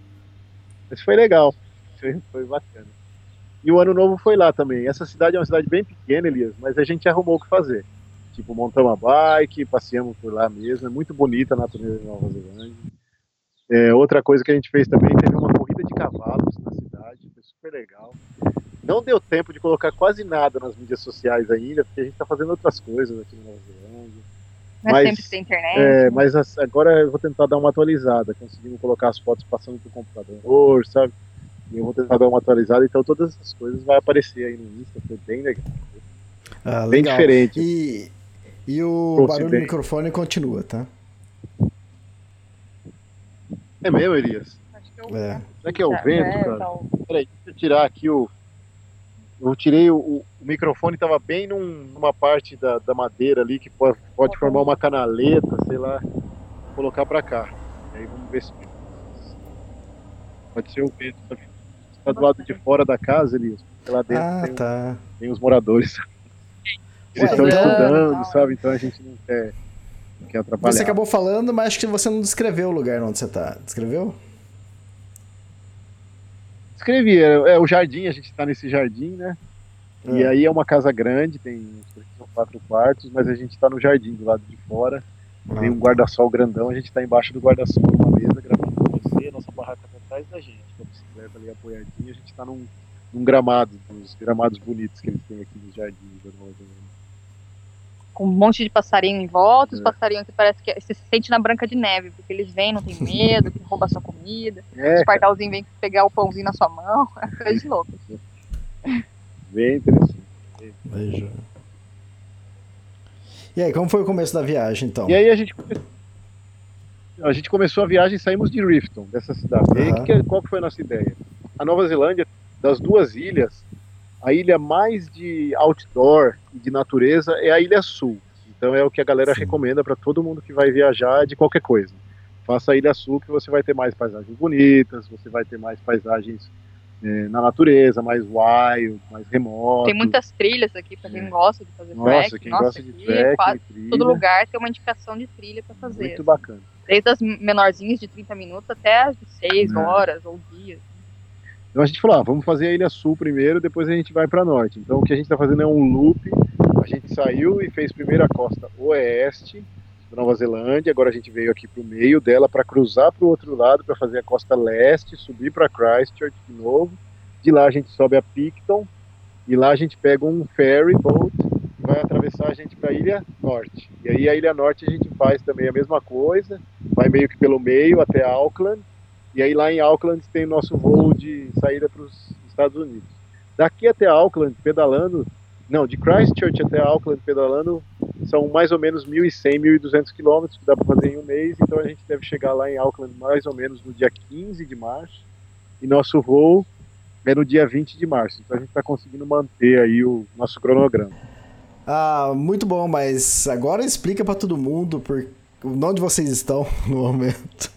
Mas foi legal, foi, foi bacana. E o ano novo foi lá também. Essa cidade é uma cidade bem pequena, Elias, mas a gente arrumou o que fazer. Tipo, montamos a bike, passeamos por lá mesmo. É muito bonita a natureza de Nova Zelândia. É, outra coisa que a gente fez também, teve uma corrida de cavalos na cidade, foi super legal. Não deu tempo de colocar quase nada nas mídias sociais ainda, porque a gente está fazendo outras coisas aqui na Nova Zelândia. Não é Mas, sempre que tem internet. É, né? mas as- agora eu vou tentar dar uma atualizada, conseguimos colocar as fotos passando pro computador, sabe? E eu vou tentar dar uma atualizada, então todas essas coisas vai aparecer aí no Insta, foi bem legal. Ah, Bem legal. diferente. E, e o Trouxe barulho bem. do microfone continua, tá? É mesmo, Elias? Acho que eu- É. Será que é o É, vento, é, cara? então, Peraí, deixa eu tirar aqui o... Eu tirei o, o microfone, estava bem num- numa parte da, da madeira ali, que pode, pode formar uma canaleta, sei lá, vou colocar pra cá. E aí vamos ver se... Pode ser o vento. Está do lado de fora da casa, Elias, porque lá dentro Ah, tem, um- tá. tem os moradores. Eles Ué, estão então- estudando, sabe? Então a gente não quer, não quer atrapalhar. Você acabou falando, mas acho que você não descreveu o lugar onde você tá. Descreveu? Escrevi, é, é o jardim, a gente está nesse jardim, né? E É. aí é uma casa grande, tem uns três ou quatro quartos, mas a gente está no jardim do lado de fora. Tem um guarda-sol grandão, a gente está embaixo do guarda-sol numa mesa gravando com você, a nossa barraca está atrás da gente, com a bicicleta ali apoiadinha, a gente está num, num gramado, nos gramados bonitos que eles têm aqui nos jardins da Nova Zelândia. com um monte de passarinho em volta, os É. passarinhos que parece que você se sente na Branca de Neve, porque eles vêm, não tem medo, que rouba a sua comida, É, os pardalzinhos vêm pegar o pãozinho na sua mão, é coisa de louco. bem interessante. Veja. E aí, como foi o começo da viagem, então? E aí a gente come- a gente começou a viagem e saímos de Rifton, dessa cidade. E aí, Aham. que que- qual que foi a nossa ideia? A Nova Zelândia, das duas ilhas, a ilha mais de outdoor e de natureza é a Ilha Sul. Então é o que a galera Sim. recomenda para todo mundo que vai viajar de qualquer coisa. Faça a Ilha Sul, que você vai ter mais paisagens bonitas, você vai ter mais paisagens eh, na natureza, mais wild, mais remoto. Tem muitas trilhas aqui pra quem gosta de fazer Nossa, trek. quem Nossa, gosta de aqui, trek, quase trilha, todo lugar tem uma indicação de trilha pra fazer. muito assim. bacana. Desde as menorzinhas de trinta minutos até as de seis É. horas ou dias. Então a gente falou, ah, vamos fazer a Ilha Sul primeiro, depois a gente vai para norte. Então o que a gente está fazendo é um loop. A gente saiu e fez primeiro a costa oeste da Nova Zelândia, agora a gente veio aqui para o meio dela para cruzar para o outro lado, para fazer a costa leste, subir para Christchurch de novo. De lá a gente sobe a Picton e lá a gente pega um ferry boat vai atravessar a gente para a Ilha Norte. E aí a Ilha Norte a gente faz também a mesma coisa, vai meio que pelo meio até Auckland, e aí lá em Auckland tem o nosso voo de saída para os Estados Unidos. Daqui até Auckland, pedalando, não, de Christchurch até Auckland pedalando, são mais ou menos mil e cem, mil e duzentos quilômetros, que dá para fazer em um mês, então a gente deve chegar lá em Auckland mais ou menos no dia quinze de março, e nosso voo é no dia vinte de março, então a gente está conseguindo manter aí o nosso cronograma. Ah, muito bom, mas agora explica para todo mundo por onde vocês estão no momento.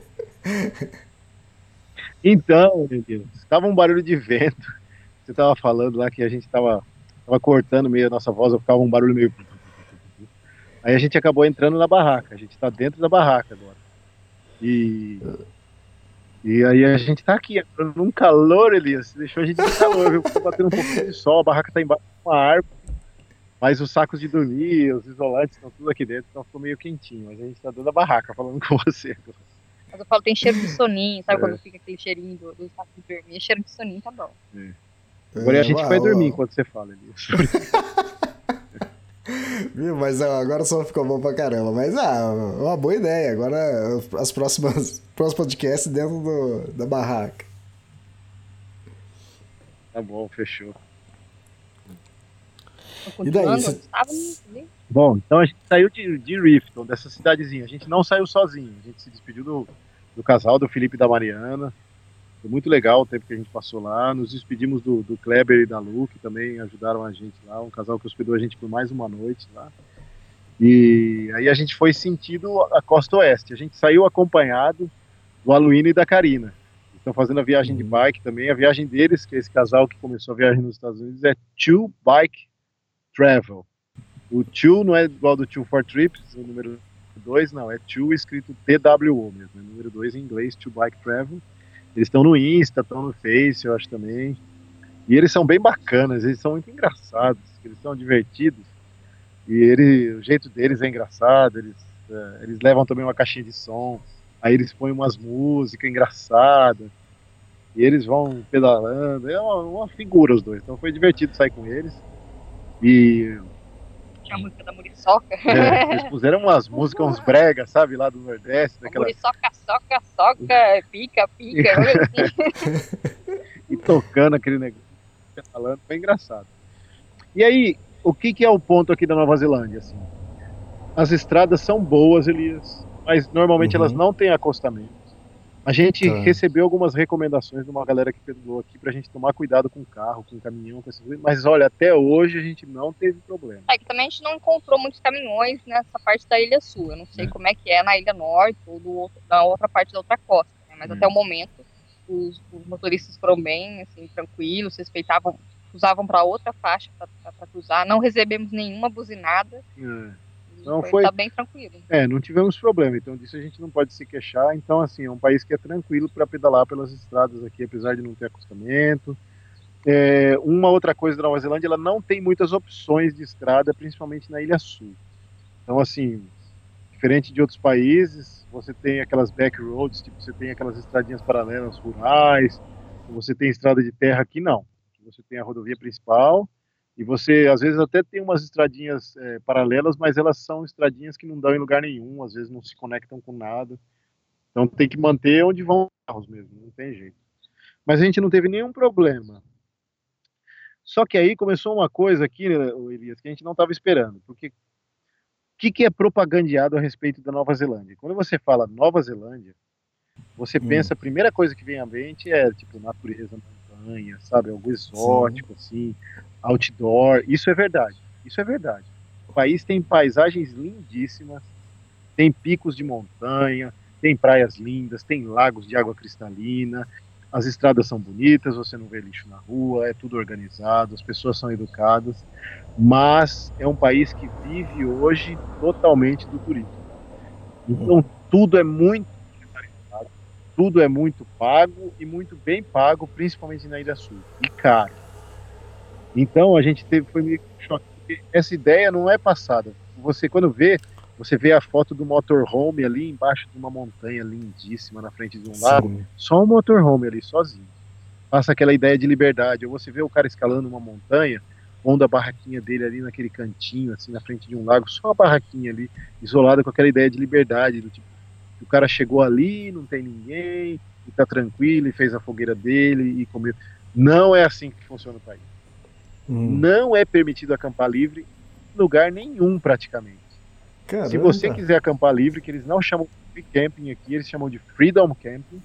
Então, estava um barulho de vento, você estava falando lá que a gente estava tava cortando meio a nossa voz, ficava um barulho meio... Aí a gente acabou entrando na barraca, a gente está dentro da barraca agora. E... E aí a gente tá aqui, num calor, Elias, deixou a gente no calor, viu? Ficou batendo um pouquinho de sol, a barraca tá embaixo de uma árvore, mas os sacos de dormir, os isolantes estão tudo aqui dentro, então ficou meio quentinho, mas a gente tá dentro da barraca falando com você. Mas eu falo, tem cheiro de soninho, sabe É. quando fica aquele cheirinho do, do saco de dormir? Cheiro de soninho tá bom. É. Agora É, a gente uau, vai dormir uau. enquanto você fala, Elias. Viu? Mas ó, agora só ficou bom pra caramba. Mas ah, uma boa ideia. Agora as próximas próximos podcasts dentro do, da barraca. Tá bom, fechou. Tô E daí, continuando, cê- onde estávamos, né? Bom, então a gente saiu de, de Rifton, dessa cidadezinha. A gente não saiu sozinho. A gente se despediu do, do casal, do Felipe e da Mariana. Foi muito legal o tempo que a gente passou lá. Nos despedimos do, do Kleber e da Lu, que também ajudaram a gente lá. Um casal que hospedou a gente por mais uma noite lá. E aí a gente foi sentido a costa oeste. A gente saiu acompanhado do Aluíno e da Karina. Estão fazendo a viagem de bike também. A viagem deles, que é esse casal que começou a viagem nos Estados Unidos, é Two Bike Travel. O Two não é igual do Two for Trips, o número dois não, é Two escrito T W O mesmo, é número dois em inglês, Two Bike Travel. Eles estão no Insta, estão no Face, eu acho também. E eles são bem bacanas, eles são muito engraçados, eles são divertidos. E ele, o jeito deles é engraçado, eles, é, eles levam também uma caixinha de som, aí eles põem umas músicas engraçadas, e eles vão pedalando, é uma, uma figura os dois, então foi divertido sair com eles. E Tinha a música da Muriçoca. é, eles puseram umas músicas, uns bregas, sabe, lá do Nordeste, daquela... Muriçoca, soca, soca, pica, pica. olha assim. e tocando aquele negócio, falando, foi engraçado. E aí, o que, que é o ponto aqui da Nova Zelândia? Assim? As estradas são boas, Elias, mas normalmente Uhum. elas não têm acostamento. A gente Tá. recebeu algumas recomendações de uma galera que pedalou aqui pra gente tomar cuidado com o carro, com o caminhão, com essas coisas, mas olha, até hoje a gente não teve problema. É que também a gente não encontrou muitos caminhões nessa parte da Ilha Sul. Eu não sei É. como é que é na Ilha Norte ou do outro, na outra parte da outra costa, né? Mas É. até o momento os, os motoristas foram bem assim, tranquilos, respeitavam, usavam para outra faixa para cruzar. Não recebemos nenhuma buzinada. É. E Não foi, foi- tá bem tranquilo. É, não tivemos problema, então disso a gente não pode se queixar. Então, assim, é um país que é tranquilo para pedalar pelas estradas aqui, apesar de não ter acostamento. É, uma outra coisa da Nova Zelândia, ela não tem muitas opções de estrada, principalmente na Ilha Sul. Então, assim, diferente de outros países, você tem aquelas back roads, tipo, você tem aquelas estradinhas paralelas rurais, você tem estrada de terra, aqui não. Aqui você tem a rodovia principal, e você, às vezes, até tem umas estradinhas é, paralelas, mas elas são estradinhas que não dão em lugar nenhum, às vezes não se conectam com nada. Então tem que manter onde vão os carros mesmo, não tem jeito. Mas a gente não teve nenhum problema. Só que aí começou uma coisa aqui, né, Elias, que a gente não estava esperando. Porque o que, que é propagandeado a respeito da Nova Zelândia? Quando você fala Nova Zelândia, você Hum. pensa, a primeira coisa que vem à mente é, tipo, natureza, montanha, sabe? Algo exótico, assim, outdoor. Isso é verdade. Isso é verdade. O país tem paisagens lindíssimas, tem picos de montanha, tem praias lindas, tem lagos de água cristalina, as estradas são bonitas, você não vê lixo na rua, é tudo organizado, as pessoas são educadas, mas é um país que vive hoje totalmente do turismo. Então tudo é muito militarizado, tudo é muito pago e muito bem pago, principalmente na Ilha Sul, e caro. Então a gente teve, foi meio que um choque, porque essa ideia não é passada. Você quando vê, você vê a foto do motorhome ali embaixo de uma montanha lindíssima na frente de um lago, Sim. só um motorhome ali sozinho. Passa aquela ideia de liberdade. Ou você vê o cara escalando uma montanha pondo a barraquinha dele ali naquele cantinho, assim, na frente de um lago, só uma barraquinha ali, isolada com aquela ideia de liberdade, do tipo, o cara chegou ali, não tem ninguém, e tá tranquilo, e fez a fogueira dele, e comeu. Não é assim que funciona o país. Hum. Não é permitido acampar livre em lugar nenhum, praticamente. Caramba. Se você quiser acampar livre, que eles não chamam de free camping aqui, eles chamam de freedom camping,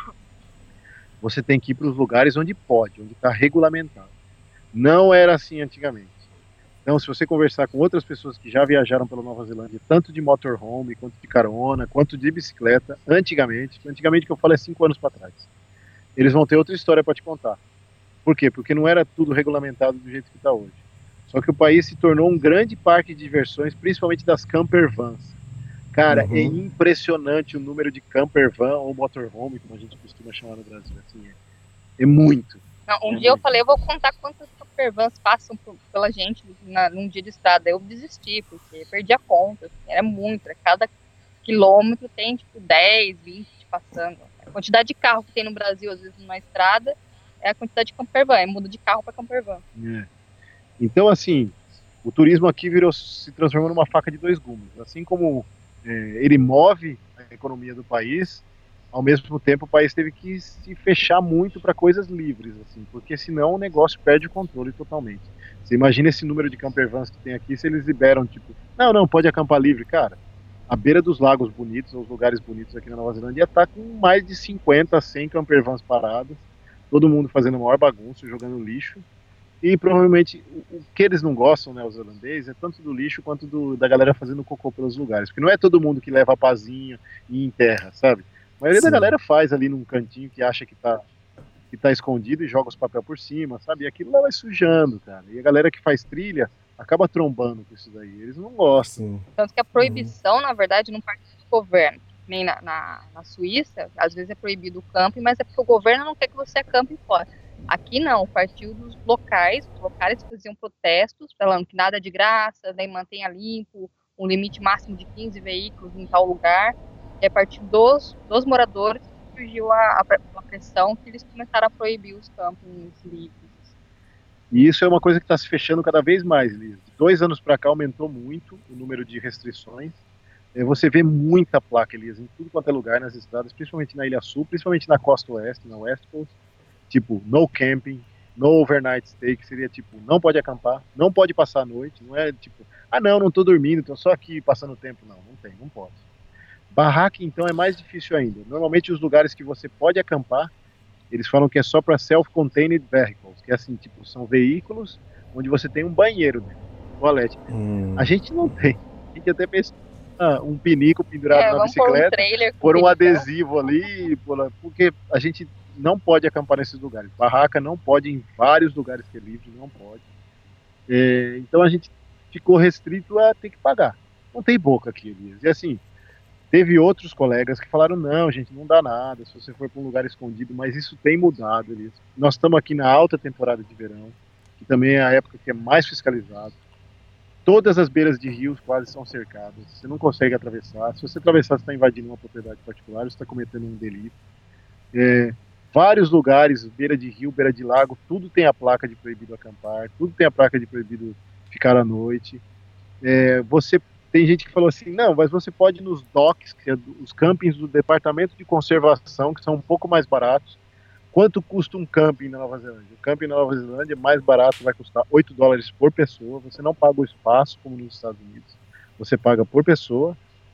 você tem que ir para os lugares onde pode, onde está regulamentado. Não era assim antigamente. Então, se você conversar com outras pessoas que já viajaram pela Nova Zelândia, tanto de motorhome, quanto de carona, quanto de bicicleta, antigamente, antigamente que eu falo é cinco anos para trás, eles vão ter outra história para te contar. Por quê? Porque não era tudo regulamentado do jeito que está hoje. Só que o país se tornou um grande parque de diversões, principalmente das camper vans. Cara, uhum. É impressionante o número de camper van ou motorhome, como a gente costuma chamar no Brasil. Assim, é, é muito. Não, um é dia muito. eu falei, eu vou contar quantas camper vans passam por, pela gente na, num dia de estrada. Eu desisti, porque perdi a conta. Assim, era muito. Cada quilômetro tem, tipo, dez, vinte passando. A quantidade de carro que tem no Brasil, às vezes, numa estrada, é a quantidade de camper van. É muda de carro para camper van. É. Então, assim, o turismo aqui virou, se transformou numa faca de dois gumes. Assim como é, ele move a economia do país, ao mesmo tempo o país teve que se fechar muito para coisas livres, assim, porque senão o negócio perde o controle totalmente. Você imagina esse número de campervans que tem aqui, se eles liberam, tipo, não, não, pode acampar livre, cara. A beira dos lagos bonitos, os lugares bonitos aqui na Nova Zelândia, está com mais de cinquenta, cem campervans paradas, todo mundo fazendo a maior bagunça, jogando lixo. E provavelmente o, o que eles não gostam, né, os holandeses, é tanto do lixo quanto do, da galera fazendo cocô pelos lugares. Porque não é todo mundo que leva a pazinha e enterra, sabe? A maioria Sim. da galera faz ali num cantinho que acha que tá, que tá escondido e joga os papéis por cima, sabe? E aquilo lá vai sujando, cara. E a galera que faz trilha acaba trombando com isso daí. Eles não gostam. Sim. Tanto que a proibição, uhum. na verdade, não parte do governo. Nem na, na, na Suíça, às vezes é proibido o camping, mas é porque o governo não quer que você acampe fora. Aqui não, partiu dos locais, os locais faziam protestos, falando que nada é de graça, daí mantenha limpo, um limite máximo de quinze veículos em tal lugar, e a partir dos, dos moradores surgiu a, a pressão que eles começaram a proibir os campings livres. E isso é uma coisa que está se fechando cada vez mais, Liz. De dois anos para cá aumentou muito o número de restrições. Você vê muita placa, Elias, em tudo quanto é lugar nas estradas, principalmente na Ilha Sul, principalmente na costa oeste, na West Coast. Tipo, no camping, no overnight stay, que seria tipo, não pode acampar, não pode passar a noite, não é tipo, ah não, não tô dormindo, tô só aqui passando tempo, não, não tem, não pode. Barraca, então, é mais difícil ainda. Normalmente os lugares que você pode acampar, eles falam que é só para self-contained vehicles, que é assim, tipo, são veículos onde você tem um banheiro dentro, um toalete. Hum. A gente não tem, a gente até pensa ah, um pinico pendurado é, na bicicleta, por um, um adesivo ali, por, porque a gente não pode acampar nesses lugares. Barraca não pode em vários lugares que é livre, não pode. É, então a gente ficou restrito a ter que pagar. Não tem boca aqui, Elias. E assim, teve outros colegas que falaram, não, gente, não dá nada se você for para um lugar escondido, mas isso tem mudado, Elias. Nós estamos aqui na alta temporada de verão, que também é a época que é mais fiscalizado. Todas as beiras de rios quase são cercadas, você não consegue atravessar. Se você atravessar, você está invadindo uma propriedade particular, você está cometendo um delito. É, vários lugares, beira de rio, beira de lago, tudo tem a placa de proibido acampar, tudo tem a placa de proibido ficar à noite. É, você tem gente que falou assim, não, mas você pode ir nos docks, que é os campings do Departamento de Conservação, que são um pouco mais baratos. Quanto custa um camping na Nova Zelândia? O camping na Nova Zelândia é mais barato, vai custar oito dólares por pessoa. Você não paga o espaço, como nos Estados Unidos. Você paga por pessoa.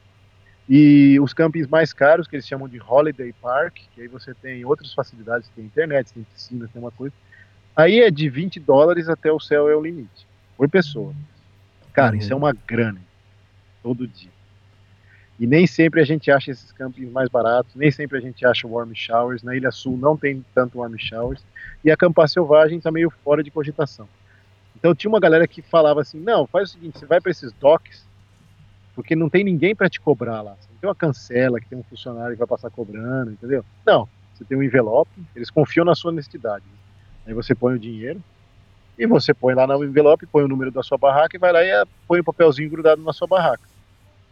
E os campings mais caros, que eles chamam de Holiday Park, que aí você tem outras facilidades, tem internet, tem piscina, tem uma coisa. Aí é de vinte dólares até o céu é o limite, por pessoa. Cara, uhum. Isso é uma grana, todo dia. E nem sempre a gente acha esses campings mais baratos, nem sempre a gente acha warm showers. Na Ilha Sul não tem tanto warm showers. E acampar selvagem está meio fora de cogitação. Então tinha uma galera que falava assim, não, faz o seguinte, você vai para esses docks, porque não tem ninguém para te cobrar lá. Você não tem uma cancela que tem um funcionário que vai passar cobrando, entendeu? Não, você tem um envelope, eles confiam na sua honestidade. Aí você põe o dinheiro, e você põe lá no envelope, põe o número da sua barraca e vai lá e põe o papelzinho grudado na sua barraca.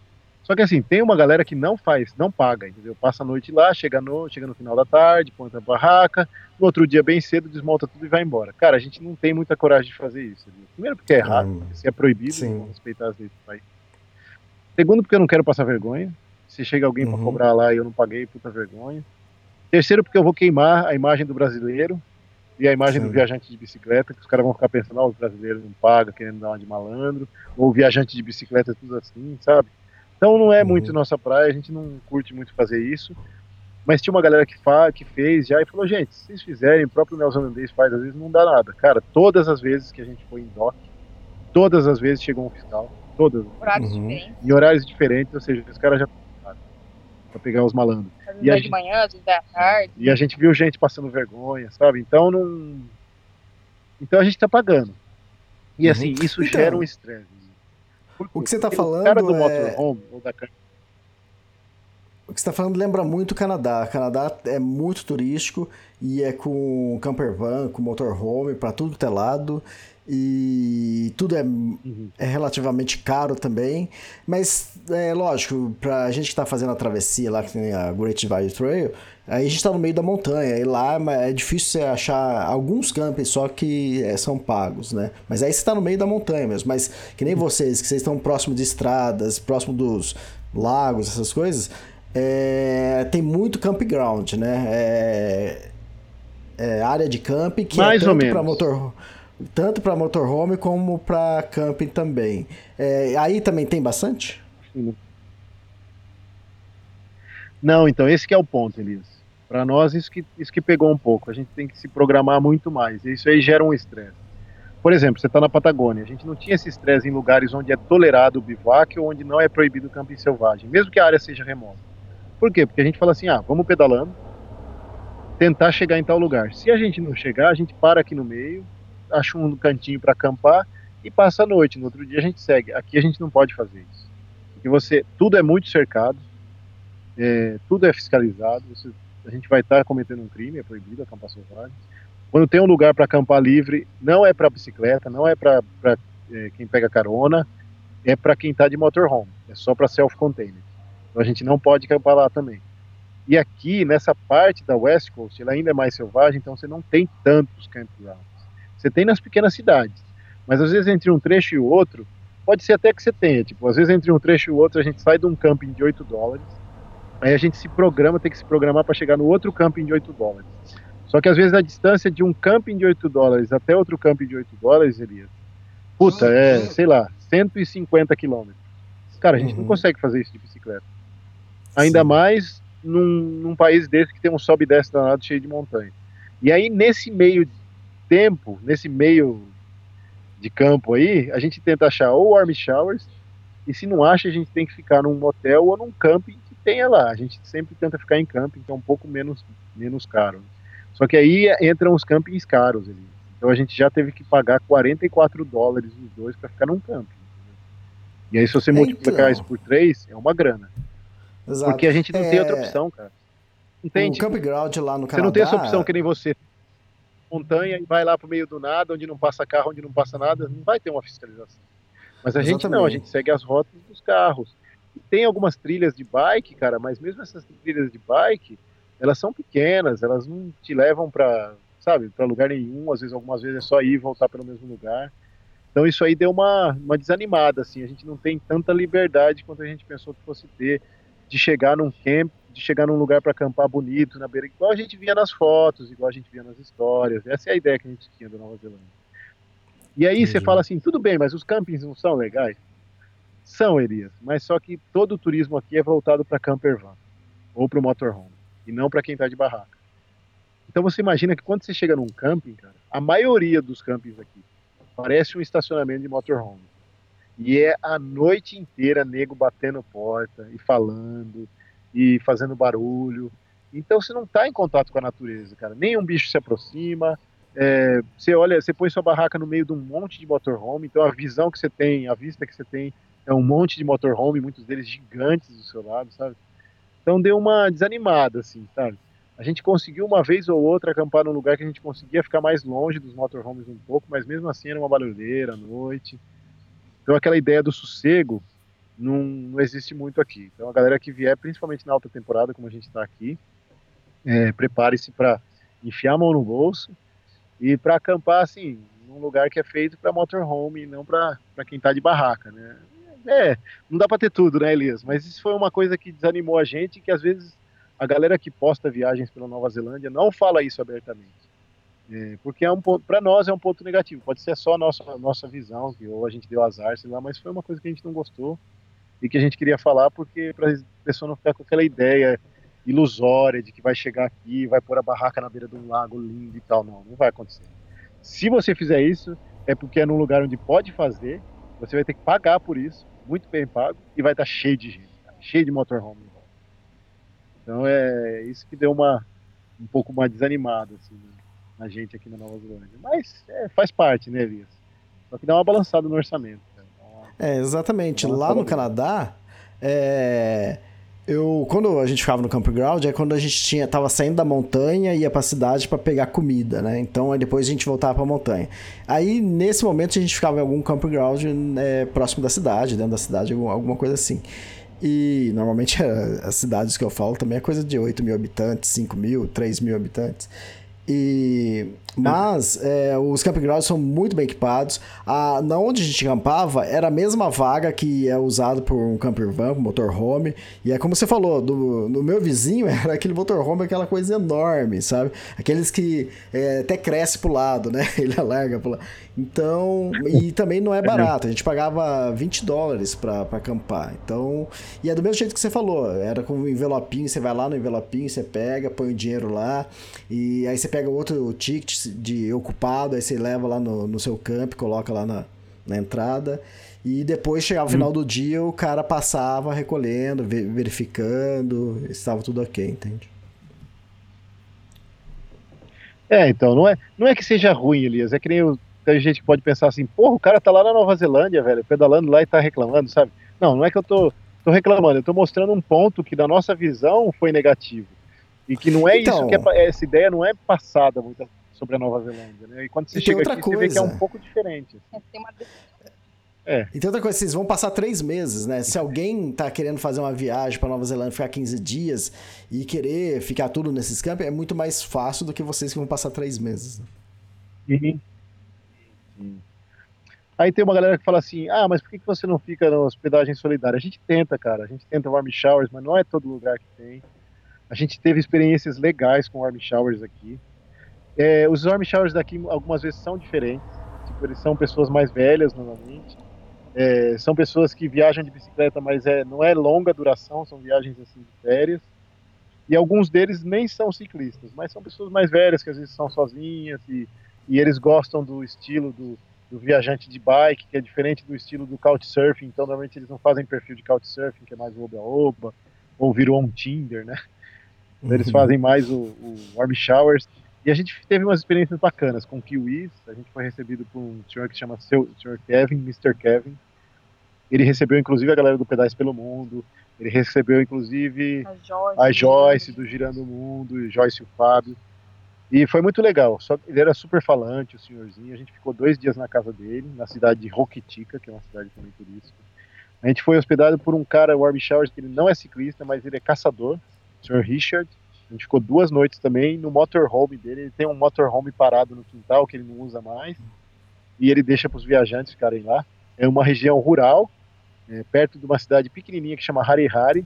Só que assim, tem uma galera que não faz, não paga, entendeu? Passa a noite lá, chega no, chega no final da tarde, põe a barraca, no outro dia bem cedo desmonta tudo e vai embora. Cara, a gente não tem muita coragem de fazer isso. Entendeu? Primeiro porque é errado, Hum, porque se é proibido, sim. não vão respeitar as leis do país. Segundo porque eu não quero passar vergonha. Se chega alguém Uhum. pra cobrar lá e eu não paguei, puta vergonha. Terceiro porque eu vou queimar a imagem do brasileiro e a imagem Sim. do viajante de bicicleta, que os caras vão ficar pensando, ó, oh, o brasileiro não paga, querendo dar uma de malandro, ou o viajante de bicicleta, tudo assim, sabe? Então não é Uhum. muito nossa praia, a gente não curte muito fazer isso, mas tinha uma galera que, fa que fez já e falou, gente, se vocês fizerem, o próprio neozelandês faz, às vezes não dá nada. Cara, todas as vezes que a gente foi em dock, todas as vezes chegou um fiscal, todas, Horários Uhum. diferentes. em horários diferentes, ou seja, os caras já para pegar os malandros. Às vezes E a é de gente- manhã, às vezes é à tarde. E a gente viu gente passando vergonha, sabe? Então não. Então a gente tá pagando. E Uhum. assim, isso Então, gera um estresse. Por quê? o que você tá Porque falando O cara do é- motorhome, ou da O que você está falando lembra muito o Canadá. O Canadá é muito turístico e é com camper van, com motorhome para tudo que é lado. E tudo é, é relativamente caro também. Mas, é lógico, para a gente que está fazendo a travessia lá, que tem a Great Divide Trail, aí a gente está no meio da montanha. E lá é difícil você achar alguns campings só que é, são pagos, né? Mas aí você está no meio da montanha mesmo. Mas que nem vocês, que vocês estão próximo de estradas, próximo dos lagos, essas coisas... É, tem muito campground, né? É, é área de camping que Mais é ou tanto menos. para motor, tanto para motorhome como para camping também. É, aí também tem bastante? Não, então esse que é o ponto, Elias. Para nós isso que, isso que pegou um pouco. A gente tem que se programar muito mais. E isso aí gera um estresse. Por exemplo, você está na Patagônia. A gente não tinha esse estresse em lugares onde é tolerado o bivac ou onde não é proibido o camping selvagem, mesmo que a área seja remota. Por quê? Porque a gente fala assim, ah, vamos pedalando, tentar chegar em tal lugar. Se a gente não chegar, a gente para aqui no meio, acha um cantinho para acampar e passa a noite. No outro dia a gente segue. Aqui a gente não pode fazer isso. Porque você, tudo é muito cercado, é, tudo é fiscalizado, você, a gente vai estar cometendo um crime, é proibido acampar selvagem. Quando tem um lugar para acampar livre, não é para bicicleta, não é para é, quem pega carona, é para quem está de motorhome, é só para self-contained. Então a gente não pode acampar lá também. E aqui, nessa parte da West Coast, ela ainda é mais selvagem, então você não tem tantos campgrounds. Você tem nas pequenas cidades, mas às vezes entre um trecho e o outro, pode ser até que você tenha, tipo, às vezes entre um trecho e o outro a gente sai de um camping de oito dólares, aí a gente se programa, tem que se programar para chegar no outro camping de oito dólares. Só que às vezes a distância de um camping de oito dólares até outro camping de oito dólares, Elias, puta, é, sei lá, cento e cinquenta quilômetros. Cara, a gente Uhum. não consegue fazer isso de bicicleta. Ainda Sim. mais num, num país desse que tem um sobe e desce danado cheio de montanha. E aí, nesse meio tempo, nesse meio de campo aí, a gente tenta achar ou warm showers, e se não acha, a gente tem que ficar num motel ou num camping que tenha lá. A gente sempre tenta ficar em camping, que é um pouco menos, menos caro. Só que aí entram os campings caros. Ali. Então a gente já teve que pagar quarenta e quatro dólares os dois para ficar num camping. E aí, se você multiplicar Então. isso por três, é uma grana. Exato. Porque a gente não É, tem outra opção, cara. Não tem, O tipo, campground lá no você Canadá... não tem essa opção que nem você. Montanha e vai lá pro meio do nada, onde não passa carro, onde não passa nada, não vai ter uma fiscalização. Mas a gente não, a Exatamente. gente segue as rotas dos carros. E tem algumas trilhas de bike, cara, mas mesmo essas trilhas de bike, elas são pequenas, elas não te levam pra, sabe, pra lugar nenhum, às vezes, algumas vezes é só ir e voltar pelo mesmo lugar. Então isso aí deu uma, uma desanimada, assim, a gente não tem tanta liberdade quanto a gente pensou que fosse ter, de chegar num camp, de chegar num lugar para acampar bonito, na beira, igual a gente via nas fotos, igual a gente via nas histórias. Essa é a ideia que a gente tinha da Nova Zelândia. E aí Entendi. você fala assim, tudo bem, mas os campings não são legais? São, Elias, mas só que todo o turismo aqui é voltado para camper van, ou para o motorhome, e não para quem está de barraca. Então você imagina que quando você chega num camping, cara, a maioria dos campings aqui parece um estacionamento de motorhome. E é a noite inteira nego batendo porta e falando e fazendo barulho. Então você não está em contato com a natureza, cara. Nenhum bicho se aproxima. É, você olha, você põe sua barraca no meio de um monte de motorhome, então a visão que você tem, a vista que você tem é um monte de motorhome, muitos deles gigantes do seu lado, sabe? Então deu uma desanimada, assim, sabe? A gente conseguiu uma vez ou outra acampar num lugar que a gente conseguia ficar mais longe dos motorhomes um pouco, mas mesmo assim era uma barulheira à noite. Então aquela ideia do sossego não, não existe muito aqui. Então a galera que vier, principalmente na alta temporada, como a gente está aqui, é, prepare-se para enfiar a mão no bolso e para acampar assim, num lugar que é feito para motorhome e não para quem está de barraca, né? É, não dá para ter tudo, né, Elias? Mas isso foi uma coisa que desanimou a gente, que às vezes a galera que posta viagens pela Nova Zelândia não fala isso abertamente. É, porque é um ponto, para nós é um ponto negativo. Pode ser só a nossa, a nossa visão, que ou a gente deu azar, sei lá, mas foi uma coisa que a gente não gostou e que a gente queria falar porque para a pessoa não ficar com aquela ideia ilusória de que vai chegar aqui, vai pôr a barraca na beira de um lago lindo e tal. Não, não vai acontecer. Se você fizer isso, é porque é num lugar onde pode fazer, você vai ter que pagar por isso, muito bem pago, e vai estar cheio de gente, cheio de motorhome. Então é isso que deu uma um pouco mais desanimada assim, na gente aqui na Nova Zelândia. Mas é, faz parte, né, Elias? Só que dá uma balançada no orçamento. Né? Uma, é, exatamente. Lá no Canadá, é... eu, quando a gente ficava no campground, é quando a gente tinha, tava saindo da montanha e ia pra cidade para pegar comida, né? Então aí depois a gente voltava pra montanha. Aí nesse momento a gente ficava em algum campground é, próximo da cidade, dentro da cidade, alguma coisa assim. E normalmente as cidades que eu falo também é coisa de oito mil habitantes, cinco mil, três mil habitantes. E... Mas é, os campgrounds são muito bem equipados. A, na onde a gente acampava era a mesma vaga que é usada por um camper van, um motorhome. E é como você falou, do, no meu vizinho era aquele motorhome, aquela coisa enorme, sabe? Aqueles que é, até cresce pro lado, né? Ele alarga pro lado. Então, e também não é barato. A gente pagava vinte dólares pra, pra acampar. Então, e é do mesmo jeito que você falou. Era com um envelopinho, você vai lá no envelopinho, você pega, põe o dinheiro lá. E aí você pega outro ticket de ocupado, aí você leva lá no, no seu camp, coloca lá na, na entrada, e depois chegava no final hum. do dia, o cara passava recolhendo, verificando, estava tudo ok, entende? É, então, não é, não é que seja ruim, Elias, é que nem eu, tem gente que pode pensar assim, porra, o cara tá lá na Nova Zelândia, velho, pedalando lá e tá reclamando, sabe? Não, não é que eu tô, tô reclamando, eu tô mostrando um ponto que da nossa visão foi negativo, e que não é então, isso, que é, essa ideia não é passada muitas sobre a Nova Zelândia, né? E quando você e chega aqui, coisa. Você vê que é um pouco diferente. É. E tem outra coisa, vocês vão passar três meses, né? Se alguém tá querendo fazer uma viagem pra Nova Zelândia, ficar quinze dias e querer ficar tudo nesses campos, é muito mais fácil do que vocês que vão passar três meses. Né? Uhum. Sim. Aí tem uma galera que fala assim, ah, mas por que você não fica na hospedagem solidária? A gente tenta, cara, a gente tenta warm showers, mas não é todo lugar que tem. A gente teve experiências legais com warm showers aqui. É, os warm showers daqui algumas vezes são diferentes, tipo, eles são pessoas mais velhas normalmente, é, são pessoas que viajam de bicicleta, mas é, não é longa duração, são viagens assim de férias, e alguns deles nem são ciclistas, mas são pessoas mais velhas que às vezes são sozinhas e, e eles gostam do estilo do, do viajante de bike, que é diferente do estilo do couchsurfing, então normalmente eles não fazem perfil de couchsurfing, que é mais oba-oba, ou virou um Tinder, né? Então, eles fazem mais o, o warm showers. E a gente teve umas experiências bacanas com kiwis. A gente foi recebido por um senhor que chama seu, senhor Kevin, mister Kevin. Ele recebeu, inclusive, a galera do Pedais pelo Mundo. Ele recebeu, inclusive, a Joyce, a Joyce do Girando o Mundo, Joyce e o Fábio. E foi muito legal. Só, ele era super falante, o senhorzinho. A gente ficou dois dias na casa dele, na cidade de Hokitika, que é uma cidade também turística. A gente foi hospedado por um cara, warm showers, que ele não é ciclista, mas ele é caçador, o senhor Richard. A gente ficou duas noites também no motorhome dele. Ele tem um motorhome parado no quintal que ele não usa mais. E ele deixa para os viajantes ficarem lá. É uma região rural, é, perto de uma cidade pequenininha que chama Harihari.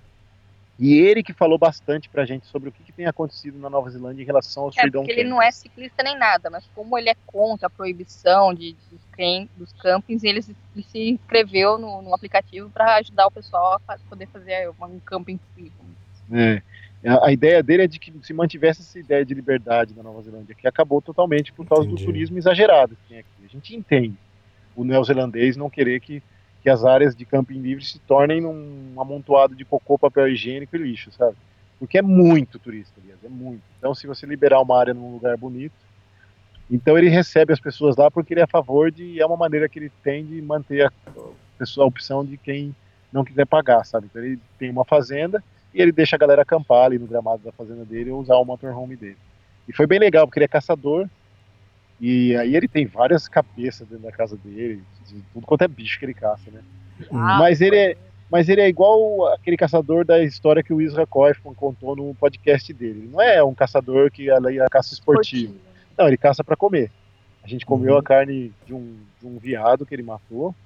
E ele que falou bastante pra gente sobre o que, que tem acontecido na Nova Zelândia em relação aos é, freedom porque campings. Ele não é ciclista nem nada, mas como ele é contra a proibição de, de, de dos campings, ele se, ele se inscreveu no, no aplicativo para ajudar o pessoal a poder fazer um camping free. É. A ideia dele é de que se mantivesse essa ideia de liberdade na Nova Zelândia, que acabou totalmente por causa Entendi. do turismo exagerado que tem aqui. A gente entende o neozelandês não querer que, que as áreas de camping livre se tornem um amontoado de cocô, papel higiênico e lixo, sabe? Porque é muito turista, aliás, é muito. Então, se você liberar uma área num lugar bonito, então ele recebe as pessoas lá porque ele é a favor de, é uma maneira que ele tem de manter a, a opção de quem não quiser pagar, sabe? Então ele tem uma fazenda e ele deixa a galera acampar ali no gramado da fazenda dele ou usar o motorhome dele. E foi bem legal, porque ele é caçador, e aí ele tem várias cabeças dentro da casa dele, de tudo quanto é bicho que ele caça, né? Ah, Mas ele é, mas ele é igual aquele caçador da história que o Isra Koifman contou no podcast dele. Ele não é um caçador que ali é caça esportiva. Não, ele caça para comer. A gente comeu uhum. a carne de um, de um veado que ele matou,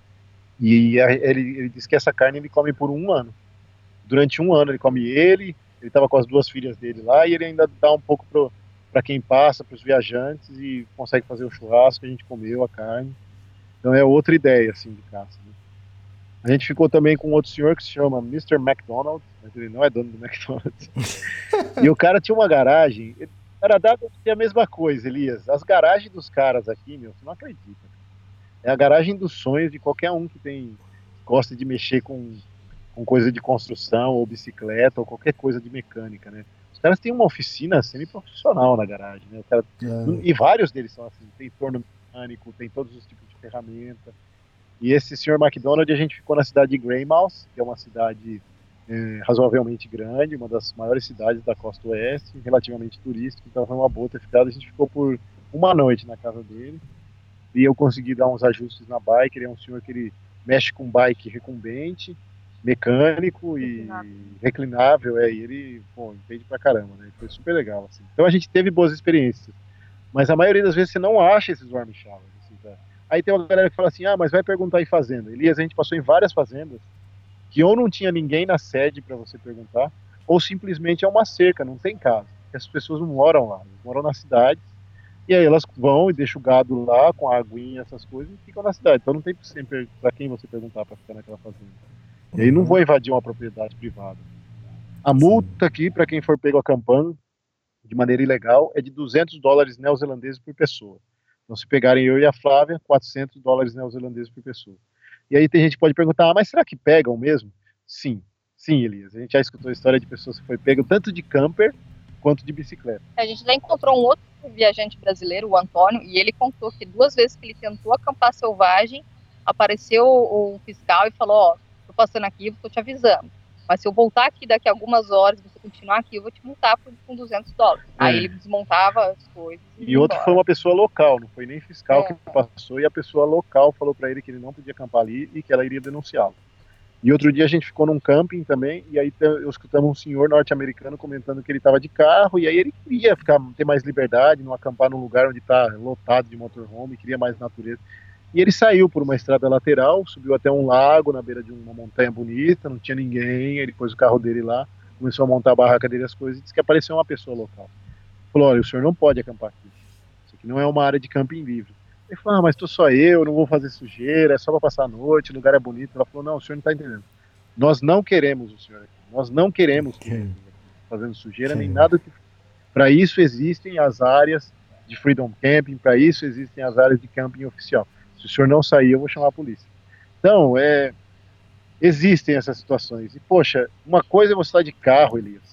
e a, ele, ele disse que essa carne ele come por um ano. Durante um ano ele come ele, ele estava com as duas filhas dele lá, e ele ainda dá um pouco para quem passa, para os viajantes, e consegue fazer o churrasco, a gente comeu a carne. Então é outra ideia assim, de caça. Né? A gente ficou também com outro senhor que se chama mister McDonald, mas ele não é dono do McDonald's. E o cara tinha uma garagem, era dado a mesma coisa, Elias. As garagens dos caras aqui, meu, você não acredita. É a garagem dos sonhos de qualquer um que tem gosta de mexer com, com coisa de construção, ou bicicleta, ou qualquer coisa de mecânica, né? Os caras têm uma oficina semi-profissional na garagem, né? O cara, é. E vários deles são assim, tem torno mecânico, tem todos os tipos de ferramenta. E esse senhor McDonald, a gente ficou na cidade de Greymouth, que é uma cidade é, razoavelmente grande, uma das maiores cidades da costa oeste, relativamente turística, então foi uma boa ter ficado. A gente ficou por uma noite na casa dele, e eu consegui dar uns ajustes na bike. Ele é um senhor que ele mexe com bike recumbente, mecânico e reclinável, é, e ele, pô, entende pra caramba, né? Foi super legal, assim. Então a gente teve boas experiências, mas a maioria das vezes você não acha esses warm showers, assim, tá? Aí tem uma galera que fala assim, ah, mas vai perguntar em fazenda. Elias, a gente passou em várias fazendas que ou não tinha ninguém na sede para você perguntar, ou simplesmente é uma cerca, não tem casa. As pessoas não moram lá, moram na cidade, e aí elas vão e deixam o gado lá com a aguinha, essas coisas, e ficam na cidade. Então não tem sempre para quem você perguntar para ficar naquela fazenda. E aí não vou invadir uma propriedade privada. A multa aqui, para quem for pego acampando de maneira ilegal, é de duzentos dólares neozelandeses por pessoa. Então, se pegarem eu e a Flávia, quatrocentos dólares neozelandeses por pessoa. E aí tem gente que pode perguntar, ah, mas será que pegam mesmo? Sim, sim, Elias. A gente já escutou a história de pessoas que foi pego tanto de camper quanto de bicicleta. A gente já encontrou um outro viajante brasileiro, o Antônio, e ele contou que duas vezes que ele tentou acampar selvagem, apareceu um fiscal e falou, ó, oh, tô passando aqui, eu tô te avisando. Mas se eu voltar aqui daqui a algumas horas e você continuar aqui, eu vou te multar por, com duzentos dólares. É. Aí ele desmontava as coisas. E, e outro foi uma pessoa local, não foi nem fiscal é. que passou, e a pessoa local falou para ele que ele não podia acampar ali e que ela iria denunciá-lo. E outro dia a gente ficou num camping também, e aí eu escutamos um senhor norte-americano comentando que ele estava de carro, e aí ele queria ficar, ter mais liberdade, não acampar num lugar onde está lotado de motorhome, queria mais natureza. E ele saiu por uma estrada lateral, subiu até um lago na beira de uma montanha bonita, não tinha ninguém, ele pôs o carro dele lá, começou a montar a barraca dele, as coisas, e disse que apareceu uma pessoa local. Falou, olha, o senhor não pode acampar aqui, isso aqui não é uma área de camping livre. Ele falou, ah, mas tô só eu, não vou fazer sujeira, é só para passar a noite, o lugar é bonito. Ela falou, não, o senhor não está entendendo. Nós não queremos o senhor aqui, nós não queremos okay. fazendo sujeira, okay. nem nada que... Para isso existem as áreas de Freedom Camping, para isso existem as áreas de camping oficial. Se o senhor não sair, eu vou chamar a polícia. Então, é, existem essas situações. E, poxa, uma coisa é você estar de carro, Elias,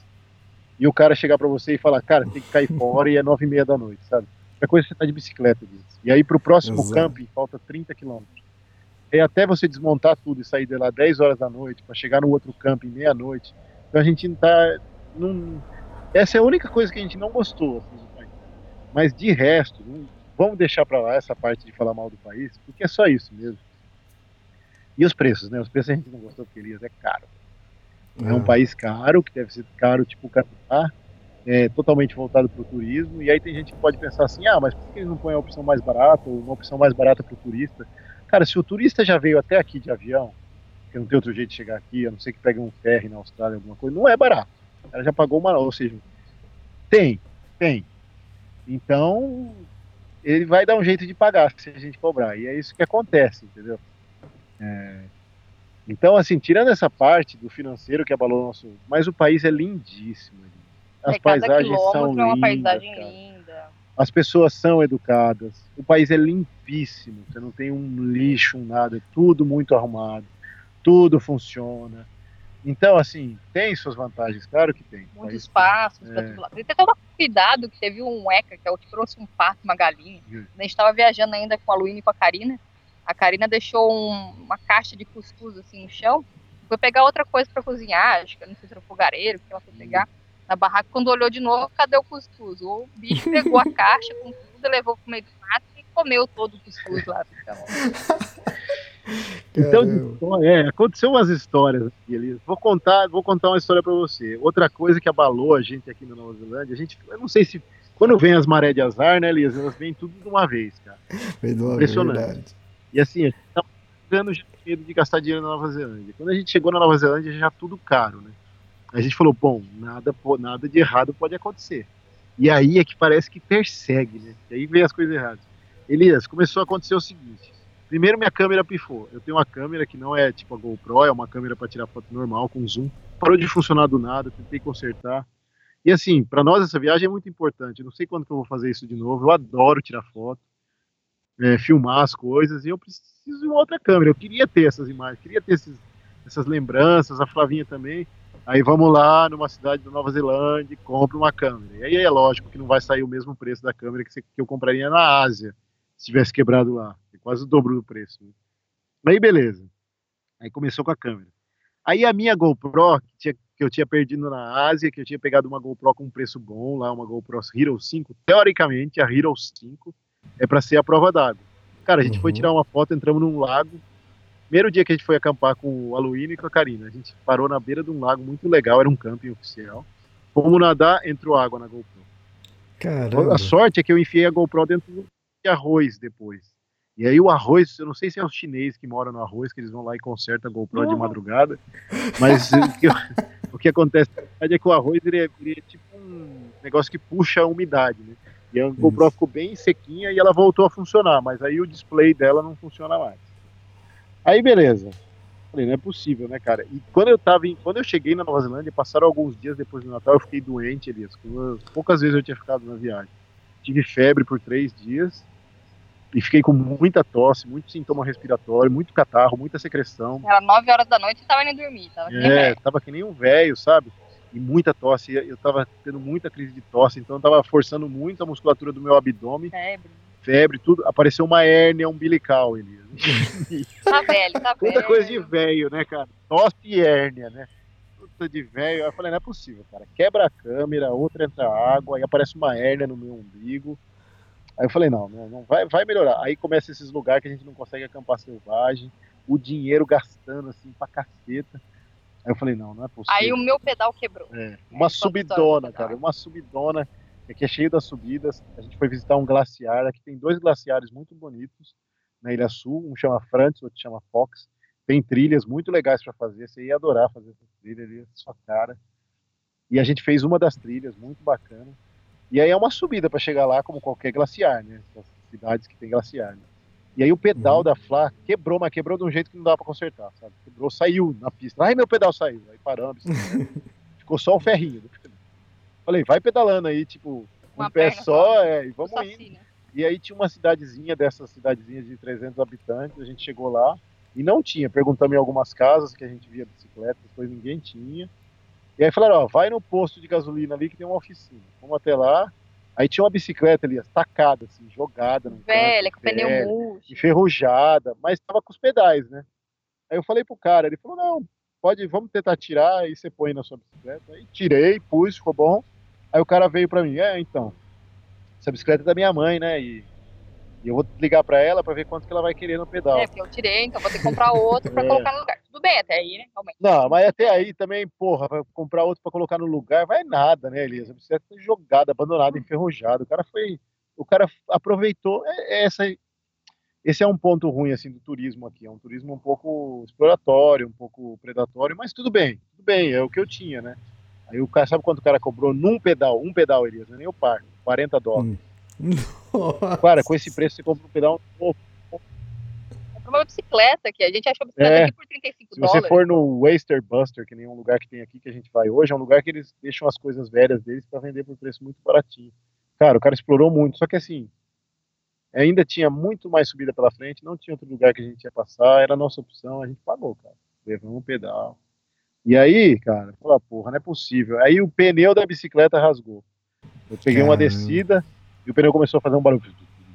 e o cara chegar para você e falar, cara, tem que cair fora e é nove e meia da noite, sabe? Outra coisa é você estar de bicicleta, Elias. E aí, para o próximo Exato. camping, falta trinta quilômetros. E até você desmontar tudo e sair de lá dez horas da noite, para chegar no outro camping meia-noite. Então, a gente não tá... Não, essa é a única coisa que a gente não gostou, assim, do país. Mas, de resto... Não, vamos deixar para lá essa parte de falar mal do país, porque é só isso mesmo. E os preços, né? Os preços a gente não gostou porque, Elias, é caro. É um país caro, que deve ser caro, tipo o Canadá, é totalmente voltado para o turismo, e aí tem gente que pode pensar assim, ah, mas por que eles não põem a opção mais barata, ou uma opção mais barata para o turista? Cara, se o turista já veio até aqui de avião, porque não tem outro jeito de chegar aqui, a não ser que pegue um ferry na Austrália, alguma coisa, não é barato. Ela já pagou uma, ou seja, tem, tem. Então... ele vai dar um jeito de pagar se a gente cobrar, e é isso que acontece, entendeu? É... Então, assim, tirando essa parte do financeiro que abalou o nosso... Mas o país é lindíssimo, as é, paisagens são lindas, é uma paisagem linda. As pessoas são educadas, o país é limpíssimo, você não tem um lixo, um nada, é tudo muito arrumado, tudo funciona. Então, assim, tem suas vantagens, claro que tem. Muito espaço, é. Tudo lá. Tem que tomar cuidado, que teve um ECA, que é o que trouxe um pato, uma galinha. Hum. A gente estava viajando ainda com a Luína e com a Karina. A Karina deixou um, uma caixa de cuscuz assim no chão. Foi pegar outra coisa para cozinhar, acho que não sei se era o fogareiro, que ela foi pegar hum. na barraca. Quando olhou de novo, cadê o cuscuz? O bicho pegou a caixa com tudo, levou pro meio do mato e comeu todo o cuscuz lá. Então... Então, é, aconteceu umas histórias aqui, Elias. Vou contar, vou contar uma história pra você. Outra coisa que abalou a gente aqui na Nova Zelândia, a gente, eu não sei se, quando vem as marés de azar, né, Elias, elas vêm tudo de uma vez, cara. Vem de uma Impressionante. verdade. E assim, a gente tava ficando já com medo de gastar dinheiro na Nova Zelândia. Quando a gente chegou na Nova Zelândia, já tudo caro, né? A gente falou, bom, nada, nada de errado pode acontecer. E aí é que parece que persegue, né? E aí vem as coisas erradas. Elias, começou a acontecer o seguinte. Primeiro minha câmera pifou. Eu tenho uma câmera que não é tipo a GoPro, é uma câmera para tirar foto normal, com zoom. Parou de funcionar do nada, tentei consertar. E assim, para nós essa viagem é muito importante. Eu não sei quando que eu vou fazer isso de novo. Eu adoro tirar foto, é, filmar as coisas, e eu preciso de uma outra câmera. Eu queria ter essas imagens, queria ter esses, essas lembranças, a Flavinha também. Aí vamos lá numa cidade da Nova Zelândia e compra uma câmera. E aí é lógico que não vai sair o mesmo preço da câmera que, você, que eu compraria na Ásia, se tivesse quebrado lá. É quase o dobro do preço. Né? Aí beleza. Aí começou com a câmera. Aí a minha GoPro, que, tinha, que eu tinha perdido na Ásia, que eu tinha pegado uma GoPro com um preço bom, lá uma GoPro Hero cinco, teoricamente a Hero cinco é para ser a prova d'água. Cara, a gente uhum. foi tirar uma foto, entramos num lago. Primeiro dia que a gente foi acampar com o Aluíno e com a Karina, a gente parou na beira de um lago muito legal, era um camping oficial. Fomos nadar, entrou água na GoPro. Caramba. A sorte é que eu enfiei a GoPro dentro de arroz depois. E aí o arroz, eu não sei se é os chineses que moram no arroz, que eles vão lá e consertam a GoPro uhum. de madrugada, mas o, que, o que acontece é que o arroz ele é, ele é tipo um negócio que puxa a umidade, né? E a GoPro Isso. ficou bem sequinha e ela voltou a funcionar, mas aí o display dela não funciona mais. Aí beleza, falei, não é possível, né, cara? E quando eu tava em, quando eu cheguei na Nova Zelândia, passaram alguns dias depois do Natal, eu fiquei doente, Elias. Poucas vezes eu tinha ficado na viagem. Tive febre por três dias e fiquei com muita tosse, muito sintoma respiratório, muito catarro, muita secreção. Era nove horas da noite e tava indo dormir, tava que nem É, velho. tava que nem um velho, sabe? E muita tosse, eu tava tendo muita crise de tosse, então eu tava forçando muito a musculatura do meu abdômen. Febre. Febre, tudo. Apareceu uma hérnia umbilical, Elias. Tá velho, tá velho. Muita coisa de velho, né, cara? Tosse e hérnia, né? Puta de velho. Aí eu falei, não é possível, cara. Quebra a câmera, outra entra água, aí aparece uma hérnia no meu umbigo. Aí eu falei, não, não, não vai, vai melhorar. Aí começa esses lugares que a gente não consegue acampar selvagem, o dinheiro gastando assim pra caceta. Aí eu falei, não, não é possível. Aí o meu pedal quebrou. É, uma subidona, cara, uma subidona, que é cheio das subidas. A gente foi visitar um glaciar, aqui tem dois glaciares muito bonitos na Ilha Sul, um chama Frantz, outro chama Fox. Tem trilhas muito legais para fazer, você ia adorar fazer essa trilha ali, sua cara. E a gente fez uma das trilhas, muito bacana. E aí é uma subida para chegar lá, como qualquer glaciar, né? Essas cidades que tem glaciar, né? E aí o pedal uhum. da Flá quebrou, mas quebrou de um jeito que não dava para consertar, sabe? Quebrou, saiu na pista. Ai, meu pedal saiu. Aí paramos. Ficou só o ferrinho. Falei, vai pedalando aí, tipo, com um pé só, é, e vamos indo. Assim, né? E aí tinha uma cidadezinha, dessas cidadezinhas de trezentos habitantes, a gente chegou lá e não tinha. Perguntamos em algumas casas que a gente via bicicleta, depois ninguém tinha. E aí falaram, ó, vai no posto de gasolina ali que tem uma oficina. Fomos até lá, aí tinha uma bicicleta ali, tacada, assim, jogada. Velha, com pneu murcho. Enferrujada, mas tava com os pedais, né? Aí eu falei pro cara, ele falou, não, pode, vamos tentar tirar, aí você põe na sua bicicleta. Aí tirei, pus, ficou bom. Aí o cara veio pra mim, é, então, essa bicicleta é da minha mãe, né, e, e eu vou ligar pra ela pra ver quanto que ela vai querer no pedal. É, porque eu tirei, então vou ter que comprar outro pra é. colocar no lugar. Tudo bem até aí, né, realmente. Não, mas até aí também, porra, vai comprar outro pra colocar no lugar, vai nada, né, Elias? A bicicleta foi jogada, abandonada, enferrujada, o cara foi, o cara aproveitou, é, é essa, esse é um ponto ruim, assim, do turismo aqui, é um turismo um pouco exploratório, um pouco predatório, mas tudo bem, tudo bem, é o que eu tinha, né. Aí o cara, sabe quanto o cara cobrou num pedal? Um pedal, Elias, não é nem o par, quarenta dólares. Hum. Cara, com esse preço você compra um pedal novo. Compra uma bicicleta aqui, a gente achou a bicicleta é, aqui por trinta e cinco dólares. Se você for no Waster Buster, que nem um lugar que tem aqui que a gente vai hoje, é um lugar que eles deixam as coisas velhas deles para vender por preço muito baratinho. Cara, o cara explorou muito, só que assim, ainda tinha muito mais subida pela frente, não tinha outro lugar que a gente ia passar, era a nossa opção, a gente pagou, cara. Levamos um pedal. E aí, cara, fala, porra, não é possível. Aí o pneu da bicicleta rasgou. Eu peguei uma descida e o pneu começou a fazer um barulho.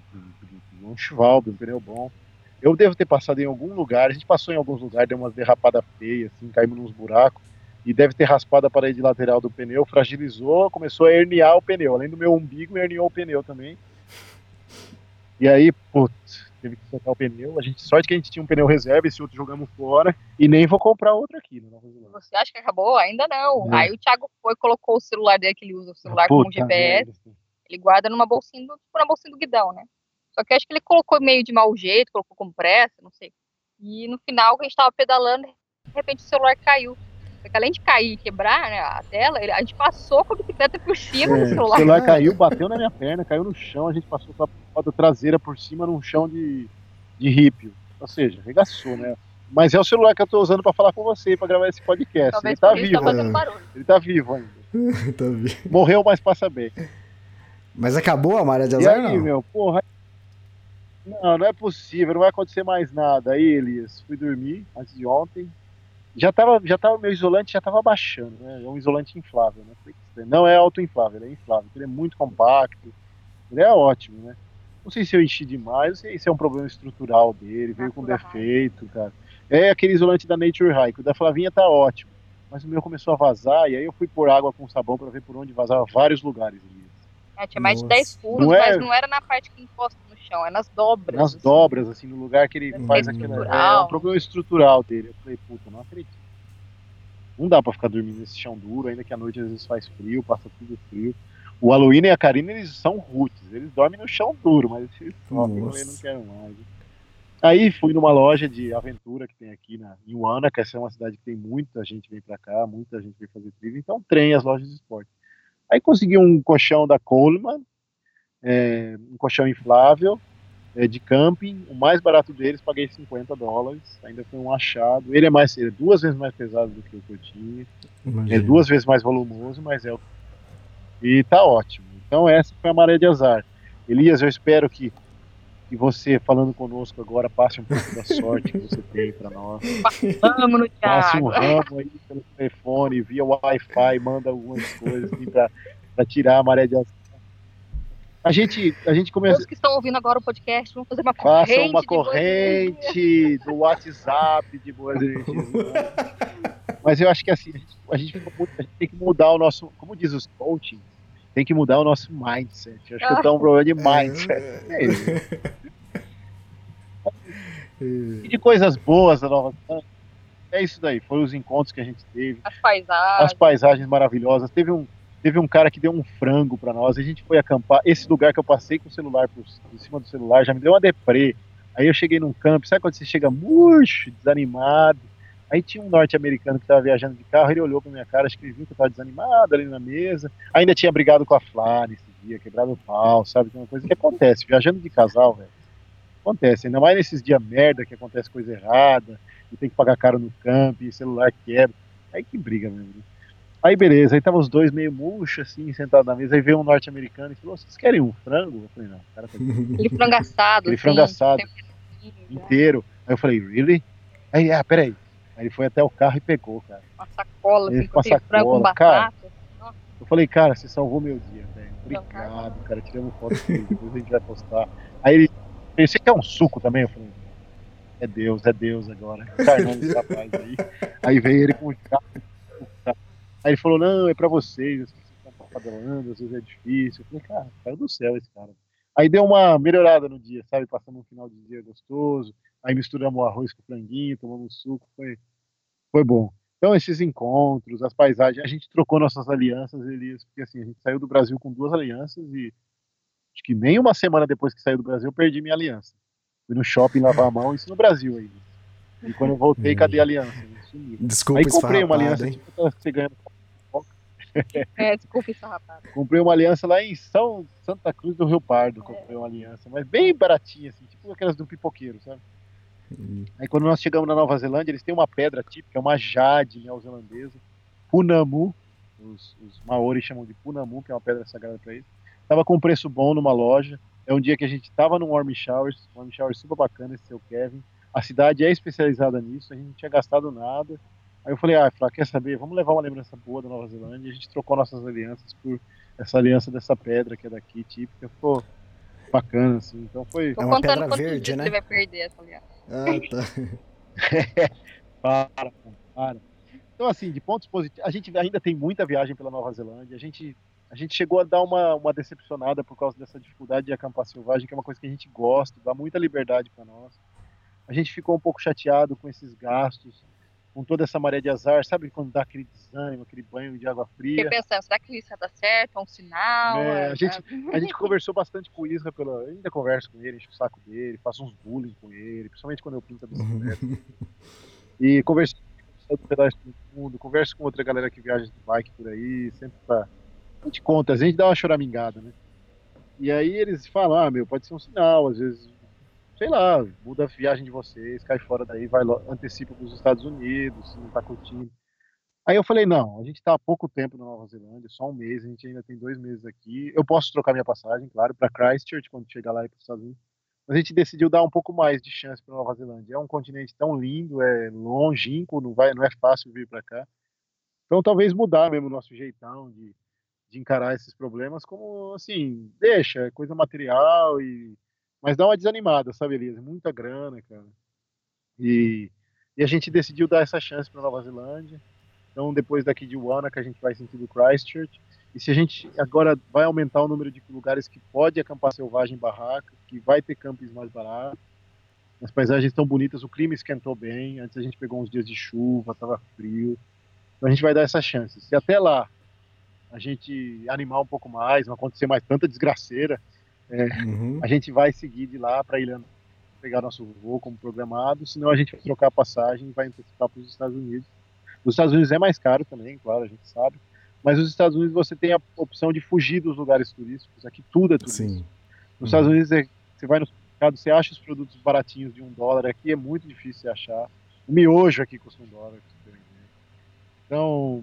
Um Schwalbe, um pneu bom. Eu devo ter passado em algum lugar, a gente passou em alguns lugares, deu umas derrapadas feias, assim, caímos nos buracos, e deve ter raspado a parede lateral do pneu, fragilizou, começou a herniar o pneu. Além do meu umbigo, herniou o pneu também. E aí, putz, teve que trocar o pneu. A gente, sorte que a gente tinha um pneu reserva, esse outro jogamos fora, e nem vou comprar outro aqui na Nova Zelândia. Você acha que acabou? Ainda não. É. Aí o Thiago foi, colocou o celular dele, que ele usa o celular como Puta G P S, merda, assim. ele guarda numa bolsinha, do- tipo na bolsinha do guidão, né? Só que eu acho que ele colocou meio de mau jeito, colocou com pressa, não sei. E no final, que a gente tava pedalando, de repente o celular caiu. Só que além de cair e quebrar, né, a tela, ele- a gente passou com a bicicleta por cima do É, o celular. celular caiu, bateu na minha perna, caiu no chão, a gente passou com a roda traseira por cima num chão de, de rípio. Ou seja, arregaçou, né? Mas é o celular que eu tô usando pra falar com você, pra gravar esse podcast. Talvez Ele tá por isso vivo, tá fazendo né? barulho. ele tá vivo ainda. Tá vendo? Morreu, mas passa bem. Mas acabou a maré de E azar, aí, não? meu, porra. Não, não é possível, não vai acontecer mais nada. Aí, Elias, fui dormir antes de ontem. Já tava, já tava, meu isolante já tava baixando, né? É um isolante inflável, né? Não é autoinflável, ele é inflável. Ele é muito compacto, ele é ótimo, né? Não sei se eu enchi demais, não sei se é um problema estrutural dele, veio com Natura defeito, cara. É aquele isolante da Nature High, que o da Flavinha tá ótimo. Mas o meu começou a vazar, e aí eu fui pôr água com sabão pra ver por onde vazava vários lugares, Elias. É, tinha mais de Nossa. dez furos, Não é- mas não era na parte que encosta no chão, é nas dobras. Nas assim. dobras, assim, no lugar que ele Defeito faz aquela. É estrutural. um problema estrutural dele. Eu falei, puta, não acredito. Não dá pra ficar dormindo nesse chão duro, ainda que à noite às vezes faz frio, passa tudo frio. O Halloween e a Karina, eles são roots, eles dormem no chão duro, mas eles sofrem, eu falei, não Nossa. quero mais. Aí fui numa loja de aventura que tem aqui na, em Uana, que essa é uma cidade que tem muita gente que vem pra cá, muita gente vem fazer trilha, então trem as lojas de esporte. Aí consegui um colchão da Coleman, é, um colchão inflável, é, de camping, o mais barato deles, paguei cinquenta dólares, ainda foi um achado. Ele é mais, ele é duas vezes mais pesado do que o que eu tinha, é Imagina. duas vezes mais volumoso, mas é o e tá ótimo. Então essa foi a maré de azar. Elias, eu espero que, que você, falando conosco agora, passe um pouco da sorte que você tem pra nós. Vamos no Passe um Thiago. ramo aí pelo telefone, via Wi-Fi, manda algumas coisas assim pra, pra tirar a maré de azar. A gente, a gente começa. Todos que estão ouvindo agora o podcast, vamos fazer uma Faça corrente. uma de boas energias. corrente do WhatsApp de boas energias. Mas eu acho que assim, a gente, a gente fica muito- a gente tem que mudar o nosso, como diz os coachings, tem que mudar o nosso mindset. Eu acho que eu tenho um problema de mindset. É isso. E de coisas boas da Nova Zelândia, é isso daí. Foram os encontros que a gente teve, As paisagens. as paisagens maravilhosas. Teve um, teve um cara que deu um frango pra nós. A gente foi acampar. Esse lugar que eu passei com o celular por, por cima do celular já me deu uma deprê. Aí eu cheguei num campo, sabe quando você chega murcho, desanimado? Aí tinha um norte-americano que estava viajando de carro, ele olhou pra minha cara, acho que ele viu que eu estava desanimado ali na mesa. Ainda tinha brigado com a Flá nesse dia, quebrado o pau, sabe? Que é uma coisa que acontece, viajando de casal, velho. Acontece, ainda mais nesses dias merda que acontece coisa errada, e tem que pagar caro no camping, celular quebra. Aí que briga mesmo. Né? Aí beleza, aí tava os dois meio murcho assim, sentados na mesa, aí veio um norte-americano e falou, vocês querem um frango? Eu falei, não, o cara tá Aquele frango assado. Aquele assim, frango assado. tem um inteiro. Aí eu falei, really? Aí, ah, peraí. Aí ele foi até o carro e pegou, cara. Uma sacola, Ele assim, com a com aquele frango com sacola, cara. batata. Eu falei, cara, você salvou meu dia, velho. Obrigado, cara. Tiramos foto dele, depois a gente vai postar. Aí ele, você quer um suco também? Eu falei, é Deus, é Deus agora. Encarnando esse rapaz aí. Aí veio ele com o carro. Aí ele falou, não, é pra vocês, vocês estão padrões, às vezes é difícil. Eu falei, cara, caiu do céu esse cara. Aí deu uma melhorada no dia, sabe? Passamos um final de dia gostoso. Aí misturamos o arroz com o franguinho, tomamos suco, foi, foi bom. Então, esses encontros, as paisagens, a gente trocou nossas alianças, Elias, porque assim, a gente saiu do Brasil com duas alianças e acho que nem uma semana depois que saiu do Brasil eu perdi minha aliança. Fui no shopping lavar a mão, isso no Brasil aí. E quando eu voltei, cadê a aliança? Sumiu. Desculpa, Aí comprei uma esfarrapada, aliança, hein? tipo aquelas que você ganha no É, desculpa isso, rapaz. Comprei uma aliança lá em São Santa Cruz do Rio Pardo. Comprei uma aliança, mas bem baratinha, assim, tipo aquelas do pipoqueiro, sabe? Hum. Aí quando nós chegamos na Nova Zelândia, eles têm uma pedra típica, uma jade neozelandesa, Punamu, os, os maori chamam de Punamu, que é uma pedra sagrada para eles. Tava com um preço bom numa loja. É um dia que a gente tava num warm showers, um warm shower super bacana, esse seu Kevin. A cidade é especializada nisso, a gente não tinha gastado nada. Aí eu falei, ah, Flá, quer saber? Vamos levar uma lembrança boa da Nova Zelândia. E a gente trocou nossas alianças por essa aliança dessa pedra que é daqui, típica. Ficou bacana, assim. Então foi. Tô É uma contando pedra quantos verde, dias né? ele vai perder essa aliança. Ah, tá. para, para. Então, assim, de pontos positivos, a gente ainda tem muita viagem pela Nova Zelândia. A gente, a gente chegou a dar uma, uma decepcionada por causa dessa dificuldade de acampar selvagem, que é uma coisa que a gente gosta, dá muita liberdade para nós. A gente ficou um pouco chateado com esses gastos, com toda essa maré de azar, sabe quando dá aquele desânimo, aquele banho de água fria? Fiquei pensando, será que isso ia dar certo? É um sinal? É, É, a, gente, a gente conversou bastante com o Isra, pela, eu ainda converso com ele, encho o saco dele, faço uns bullying com ele, principalmente quando eu pinto a bicicleta. E conversei com o pedaço do mundo, converso com outra galera que viaja de bike por aí, sempre pra... A gente conta, a gente dá uma choramingada, né? E aí eles falam, ah, meu, pode ser um sinal, às vezes, sei lá, muda a viagem de vocês, cai fora daí, vai lo- antecipa para os Estados Unidos, se não tá curtindo. Aí eu falei, não, a gente tá há pouco tempo na Nova Zelândia, só um mês, a gente ainda tem dois meses aqui. Eu posso trocar minha passagem, claro, para Christchurch, quando chegar lá e para os Estados Unidos. Mas a gente decidiu dar um pouco mais de chance para Nova Zelândia. É um continente tão lindo, é longínquo, não, vai, não é fácil vir para cá. Então talvez mudar mesmo o nosso jeitão de, de encarar esses problemas como, assim, deixa, é coisa material, e mas dá uma desanimada, sabe, Elias? Muita grana, cara. E, e a gente decidiu dar essa chance para Nova Zelândia. Então, depois daqui de Wanaka, a gente vai sentido Christchurch. E se a gente agora vai aumentar o número de lugares que pode acampar selvagem em barraca, que vai ter campings mais baratos, as paisagens estão bonitas, o clima esquentou bem. Antes a gente pegou uns dias de chuva, estava frio. Então a gente vai dar essa chance. Se até lá a gente animar um pouco mais, não acontecer mais tanta desgraceira, é, Uhum. a gente vai seguir de lá para Ilha, pegar nosso voo como programado, senão a gente vai trocar a passagem e vai antecipar para os Estados Unidos. Os Estados Unidos é mais caro também, claro, a gente sabe, mas os Estados Unidos você tem a opção de fugir dos lugares turísticos, aqui tudo é turístico. Sim. Nos Estados Unidos é, você vai no supermercado, você acha os produtos baratinhos de um dólar, aqui é muito difícil você achar. O miojo aqui custa um dólar, pra você ter uma ideia. Então,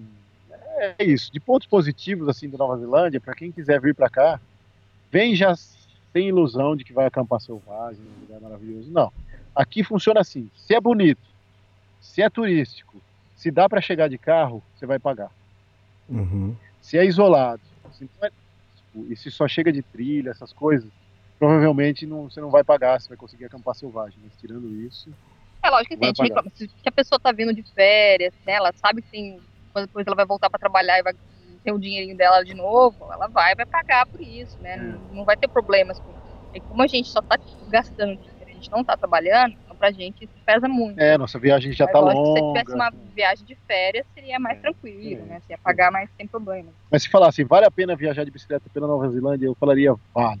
é isso. De pontos positivos assim da Nova Zelândia, para quem quiser vir para cá, vem já sem ilusão de que vai acampar selvagem, um lugar maravilhoso. Não. Aqui funciona assim. Se é bonito, se é turístico, se dá para chegar de carro, você vai pagar. Uhum. Se é isolado, se não é turístico, e se só chega de trilha, essas coisas, provavelmente não, você não vai pagar, você vai conseguir acampar selvagem. Mas tirando isso, É lógico que vai assim, a gente pagar. reclama. Se se a pessoa tá vindo de férias, né, ela sabe que tem, quando depois ela vai voltar para trabalhar e vai ter o dinheirinho dela de novo, ela vai vai pagar por isso, né? É. Não, não vai ter problemas com isso. E como a gente só tá tipo, gastando dinheiro, a gente não tá trabalhando, então pra gente isso pesa muito. é, nossa viagem já Mas tá lógico que se você longa. tivesse uma viagem de férias, seria mais É, tranquilo, é, né? Você ia pagar mais sem problema. Mas se falasse, vale a pena viajar de bicicleta pela Nova Zelândia, eu falaria, vale.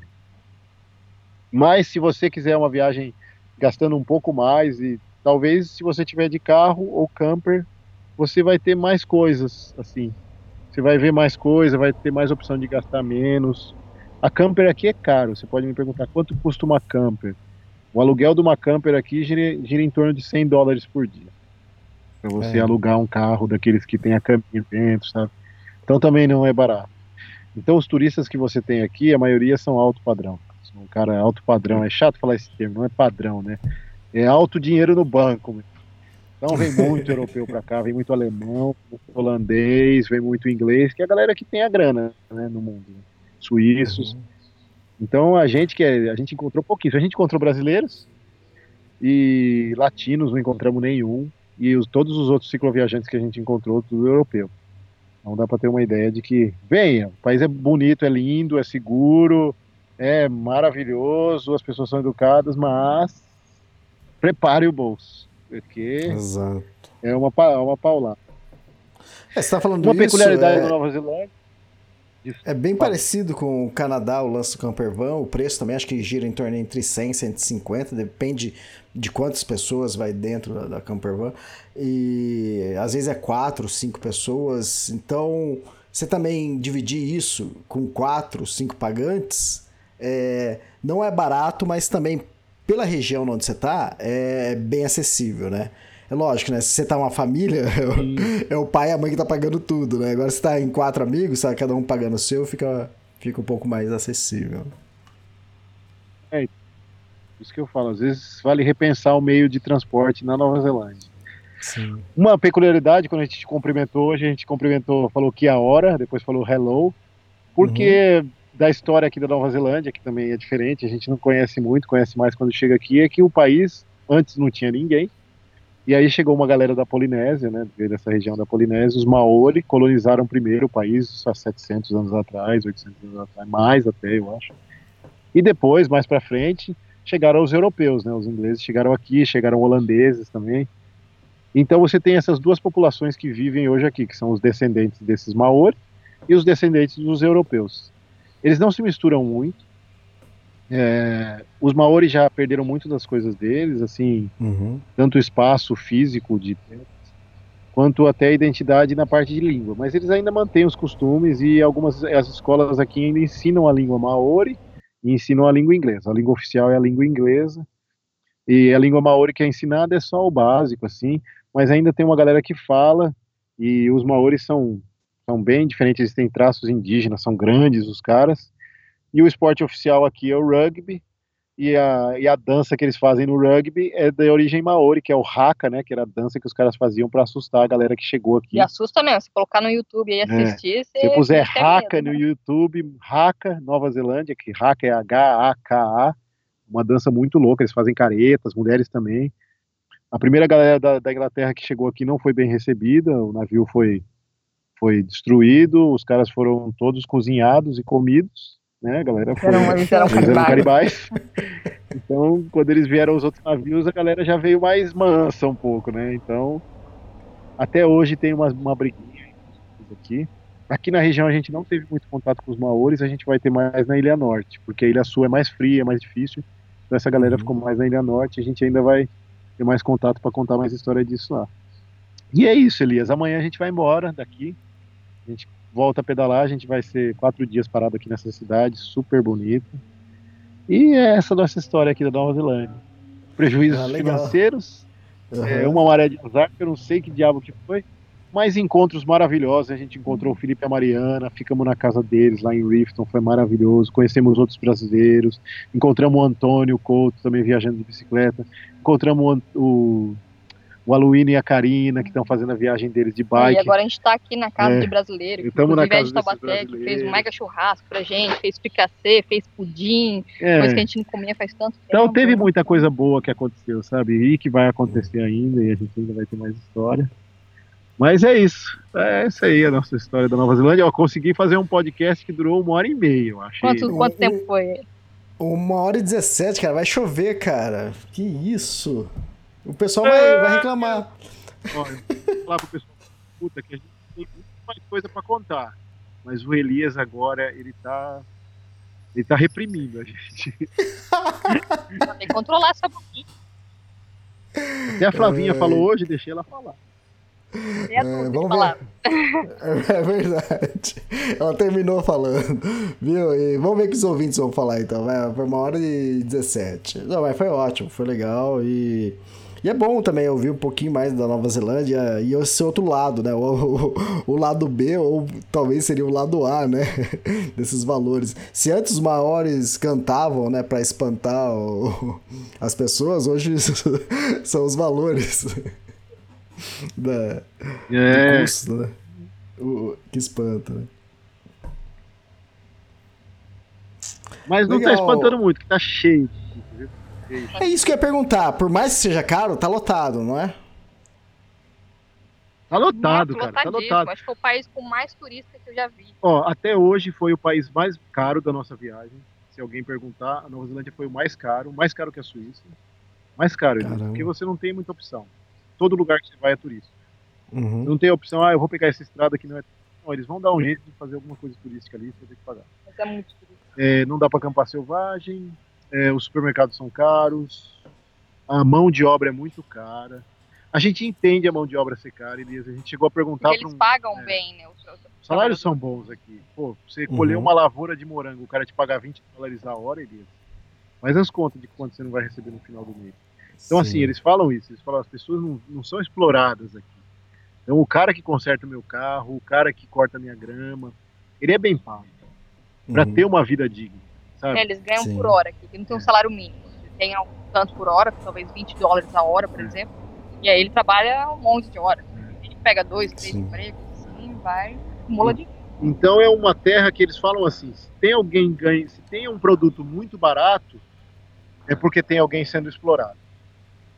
Mas se você quiser uma viagem gastando um pouco mais, e talvez se você tiver de carro ou camper, você vai ter mais coisas, assim. Você vai ver mais coisa, vai ter mais opção de gastar menos. A camper aqui é caro, você pode me perguntar quanto custa uma camper. O aluguel de uma camper aqui gira, gira em torno de cem dólares por dia. Para você É. alugar um carro daqueles que tem a caminha dentro, sabe? Então também não é barato. Então os turistas que você tem aqui, a maioria são alto padrão. São um cara alto padrão. É chato falar esse termo, não é padrão, né? É alto dinheiro no banco. Então vem muito europeu para cá, vem muito alemão, muito holandês, vem muito inglês, que é a galera que tem a grana, né, no mundo. Né? Suíços. Uhum. Então a gente que é, a gente encontrou pouquinho. A gente encontrou brasileiros e latinos, não encontramos nenhum. E os, todos os outros cicloviajantes que a gente encontrou, tudo europeu. Então dá para ter uma ideia de que, venha, o país é bonito, é lindo, é seguro, é maravilhoso, as pessoas são educadas, mas prepare o bolso, porque Exato. é uma, pa- uma paulada. É, você tá falando Uma isso, peculiaridade é, da Nova Zelândia. é bem Fala. parecido com o Canadá, o lance do campervan, o preço também acho que gira em torno entre cem e cento e cinquenta, depende de quantas pessoas vai dentro da, da campervan, e às vezes é quatro, cinco pessoas, então você também dividir isso com quatro, cinco pagantes, é, não é barato, mas também pela região onde você tá, é bem acessível, né? É lógico, né? Se você tá uma família, é o pai e a mãe que tá pagando tudo, né? Agora se tá em quatro amigos, tá cada um pagando o seu, fica, fica um pouco mais acessível. Isso que eu falo, às vezes vale repensar o meio de transporte na Nova Zelândia. Sim. Uma peculiaridade, quando a gente te cumprimentou hoje, a gente cumprimentou, falou que a hora, depois falou hello, porque da história aqui da Nova Zelândia, que também é diferente, a gente não conhece muito, conhece mais quando chega aqui, é que o país, antes não tinha ninguém, E aí chegou uma galera da Polinésia, né, veio dessa região da Polinésia, os Maori colonizaram primeiro o país há setecentos anos atrás, oitocentos anos atrás, mais até, eu acho. E depois, mais para frente, chegaram os europeus, né, os ingleses chegaram aqui, chegaram holandeses também. Então você tem essas duas populações que vivem hoje aqui, que são os descendentes desses Maori e os descendentes dos europeus. Eles não se misturam muito. É, os Maori já perderam muito das coisas deles, assim, uhum. tanto o espaço físico de tempo, quanto até a identidade na parte de língua. Mas eles ainda mantêm os costumes e algumas as escolas aqui ainda ensinam a língua Maori e ensinam a língua inglesa. A língua oficial é a língua inglesa e a língua Maori que é ensinada é só o básico, assim, mas ainda tem uma galera que fala e os Maori são, são bem diferentes, eles têm traços indígenas, são grandes os caras. E o esporte oficial aqui é o rugby, e a, e a dança que eles fazem no rugby é de origem maori, que é o haka, né, que era a dança que os caras faziam para assustar a galera que chegou aqui. E assusta mesmo, se colocar no YouTube e assistir, é. Se você puser haka medo, no né? YouTube, haka, Nova Zelândia, que haka é H A K A, uma dança muito louca, eles fazem caretas, mulheres também. A primeira galera da, da Inglaterra que chegou aqui não foi bem recebida, o navio foi, foi destruído, os caras foram todos cozinhados e comidos, né, a galera foi, eram, eles eram eles eram caribais. Então, quando eles vieram os outros navios, a galera já veio mais mansa um pouco, né, então até hoje tem uma, uma briguinha aqui. Aqui na região a gente não teve muito contato com os maoris, a gente vai ter mais na Ilha Norte, porque a Ilha Sul é mais fria, é mais difícil, então essa galera ficou mais na Ilha Norte, a gente ainda vai ter mais contato para contar mais história disso lá. E é isso, Elias, amanhã a gente vai embora daqui, a gente volta a pedalar, a gente vai ser quatro dias parado aqui nessa cidade, super bonita. E é essa nossa história aqui da Nova Zelândia. Prejuízos ah, financeiros, uhum. é, uma maré de azar, que eu não sei que diabo que foi, mas encontros maravilhosos. A gente encontrou o Felipe e a Mariana, ficamos na casa deles lá em Rifton, foi maravilhoso. Conhecemos outros brasileiros, encontramos o Antônio Couto também viajando de bicicleta, encontramos o, o O Aluíno e a Karina, que estão fazendo a viagem deles de bike. E agora a gente está aqui na casa é, de brasileiro. Inclusive na casa de Taubaté, que fez um mega churrasco pra gente, fez fricassê, fez pudim, é. coisa que a gente não comia faz tanto tempo. Então teve muita coisa boa que aconteceu, sabe? E que vai acontecer ainda, e a gente ainda vai ter mais história. Mas é isso. É isso aí, a nossa história da Nova Zelândia. Eu consegui fazer um podcast que durou uma hora e meia, eu achei. Quanto, quanto tempo foi? Uma hora e dezessete, cara. Vai chover, cara. Que isso? O pessoal vai, é, vai reclamar. Olha, vou falar pro pessoal, puta, que a gente tem muito mais coisa pra contar. Mas o Elias agora, ele tá. Ele tá reprimindo a gente. Tem que controlar essa boquinha. Até a Flavinha é... falou hoje, deixei ela falar. É, é, vamos falar. É, é verdade. Ela terminou falando. Viu? E vamos ver o que os ouvintes vão falar então. Vai, foi uma hora e dezessete. Não, mas foi ótimo, foi legal e. E é bom também ouvir um pouquinho mais da Nova Zelândia e esse outro lado, né? O, o, o lado B, ou talvez seria o lado A, né? Desses valores. Se antes os maoris cantavam, né? Pra espantar o, as pessoas, hoje são os valores da, é. do custo, né? O, que espanta, né? Mas não Legal. Tá espantando muito, que tá cheio. É isso que eu ia perguntar. Por mais que seja caro, tá lotado, não é? Tá lotado, Nossa, cara. Tá lotado. Acho que foi o país com mais turistas que eu já vi. Ó, até hoje foi o país mais caro da nossa viagem. Se alguém perguntar, a Nova Zelândia foi o mais caro, mais caro que a Suíça. Mais caro, Caramba. Porque você não tem muita opção. Todo lugar que você vai é turístico. Uhum. Não tem opção, ah, eu vou pegar essa estrada que não é. Não, eles vão dar um jeito de fazer alguma coisa turística ali, você vai ter que pagar. Mas é muito turístico. É, não dá pra acampar selvagem. É, os supermercados são caros, a mão de obra é muito cara. A gente entende a mão de obra ser cara, Elias. A gente chegou a perguntar para um... Eles pagam é, bem, né? Os, os salários são bons aqui. Pô, você uhum. colher uma lavoura de morango, o cara te pagar vinte dólares a hora, Elias. Mas as contas de quanto você não vai receber no final do mês. Então, Sim. assim, eles falam isso. Eles falam, as pessoas não, não são exploradas aqui. Então, o cara que conserta o meu carro, o cara que corta a minha grama, ele é bem pago. Para uhum. ter uma vida digna. É, eles ganham Sim. por hora aqui, não tem um salário mínimo. Tem tanto por hora, talvez vinte dólares a hora, por exemplo. E aí ele trabalha um monte de horas. Ele pega dois, três Sim. empregos, assim, vai, mola de... Então é uma terra que eles falam assim, se tem alguém ganha, se tem um produto muito barato, é porque tem alguém sendo explorado.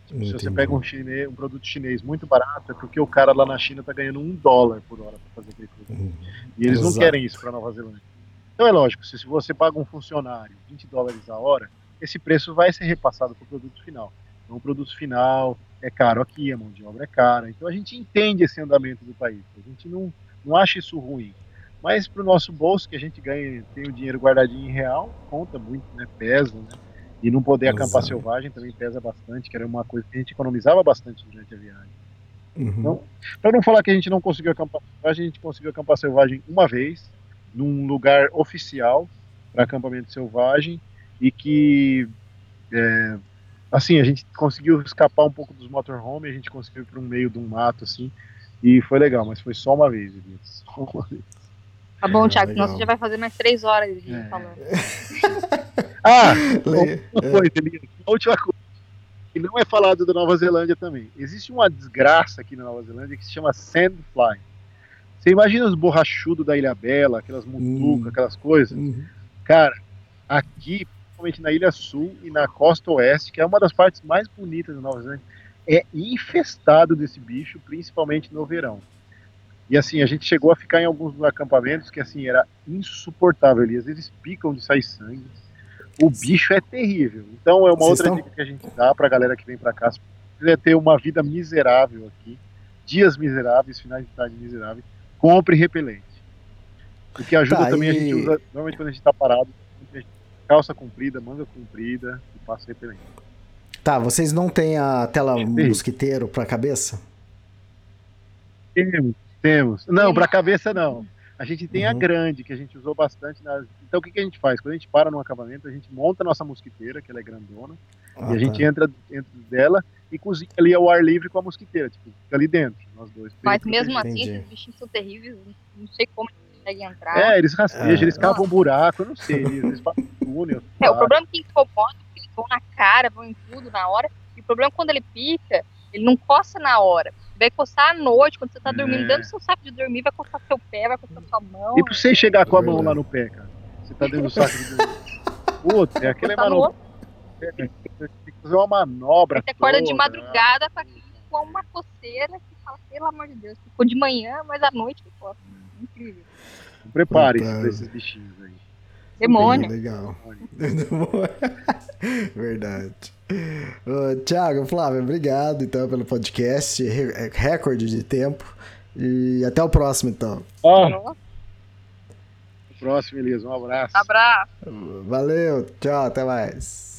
Tipo, se você pega um, chinês, um produto chinês muito barato, é porque o cara lá na China tá ganhando um dólar por hora para fazer aquele produto. Uhum. E eles Exato. Não querem isso para Nova Zelândia. Então é lógico, se, se você paga um funcionário vinte dólares a hora, esse preço vai ser repassado para o produto final. Então o produto final é caro aqui, a mão de obra é cara. Então a gente entende esse andamento do país. A gente não, não acha isso ruim. Mas para o nosso bolso, que a gente ganha, tem o dinheiro guardadinho em real, conta muito, né? Pesa, né? E não poder Exato. Acampar selvagem também pesa bastante, que era uma coisa que a gente economizava bastante durante a viagem. Uhum. Então, para não falar que a gente não conseguiu acampar selvagem, a gente conseguiu acampar selvagem uma vez, num lugar oficial para acampamento selvagem, e que, é, assim, a gente conseguiu escapar um pouco dos motorhome, a gente conseguiu ir para um meio de um mato, assim, e foi legal, mas foi só uma vez, Elias. Só uma vez. Tá bom, Thiago, senão você já vai fazer mais três horas de é. falando. Ah, uma coisa, Elias, a última coisa, que não é falado da Nova Zelândia também. Existe uma desgraça aqui na Nova Zelândia que se chama sandfly. Você imagina os borrachudos da Ilha Bela, aquelas mutucas, hum. aquelas coisas? Hum. Cara, aqui, principalmente na Ilha Sul e na costa oeste, que é uma das partes mais bonitas da Nova Zelândia, é infestado desse bicho, principalmente no verão. E assim, a gente chegou a ficar em alguns acampamentos que assim, era insuportável. E às vezes picam de sair sangue. O bicho é terrível. Então é uma Vocês outra estão... dica que a gente dá pra galera que vem pra cá. Se quiser ter uma vida miserável aqui, dias miseráveis, finais de tarde miseráveis, compre repelente. O que ajuda tá, também, e... a gente usa, normalmente quando a gente tá parado, a gente calça comprida, manga comprida e passa repelente. Tá, vocês não têm a tela é, mosquiteiro pra cabeça? Temos, temos. Não, pra cabeça não. A gente tem uhum. a grande, que a gente usou bastante. Nas... Então o que, que a gente faz? Quando a gente para num acampamento, a gente monta a nossa mosquiteira, que ela é grandona, ah, e a gente tá. entra dentro dela e cozinha ali ao ar livre com a mosquiteira, tipo, fica ali dentro, nós dois. Mas mesmo assim, Entendi. Esses bichinhos são terríveis, não sei como eles conseguem entrar. É, eles rastejam, é. eles cavam um buraco, eu não sei, eles, eles fazem túnel. É, o problema é que incomoda, porque eles vão na cara, vão em tudo na hora, e o problema é quando ele pica, ele não coça na hora. Vai coçar à noite, quando você tá dormindo, é. dentro do seu saco de dormir, vai coçar seu pé, vai coçar sua mão. E pra você chegar com a mão lá no pé, cara? Você tá dentro do saco de dormir. Puta, é aquele manobra. Tem que fazer uma manobra. Você acorda de madrugada com uma coceira que fala, pelo amor de Deus, ficou de manhã, mas à noite que coça. Incrível. Prepare-se pra esses bichinhos aí. Demônio. Legal. Verdade. Uh, Thiago, Flávio, obrigado então pelo podcast, Re- recorde de tempo, e até o próximo então. Oh. Até o próximo, Elias, um abraço. Abraço. Valeu, tchau, até mais.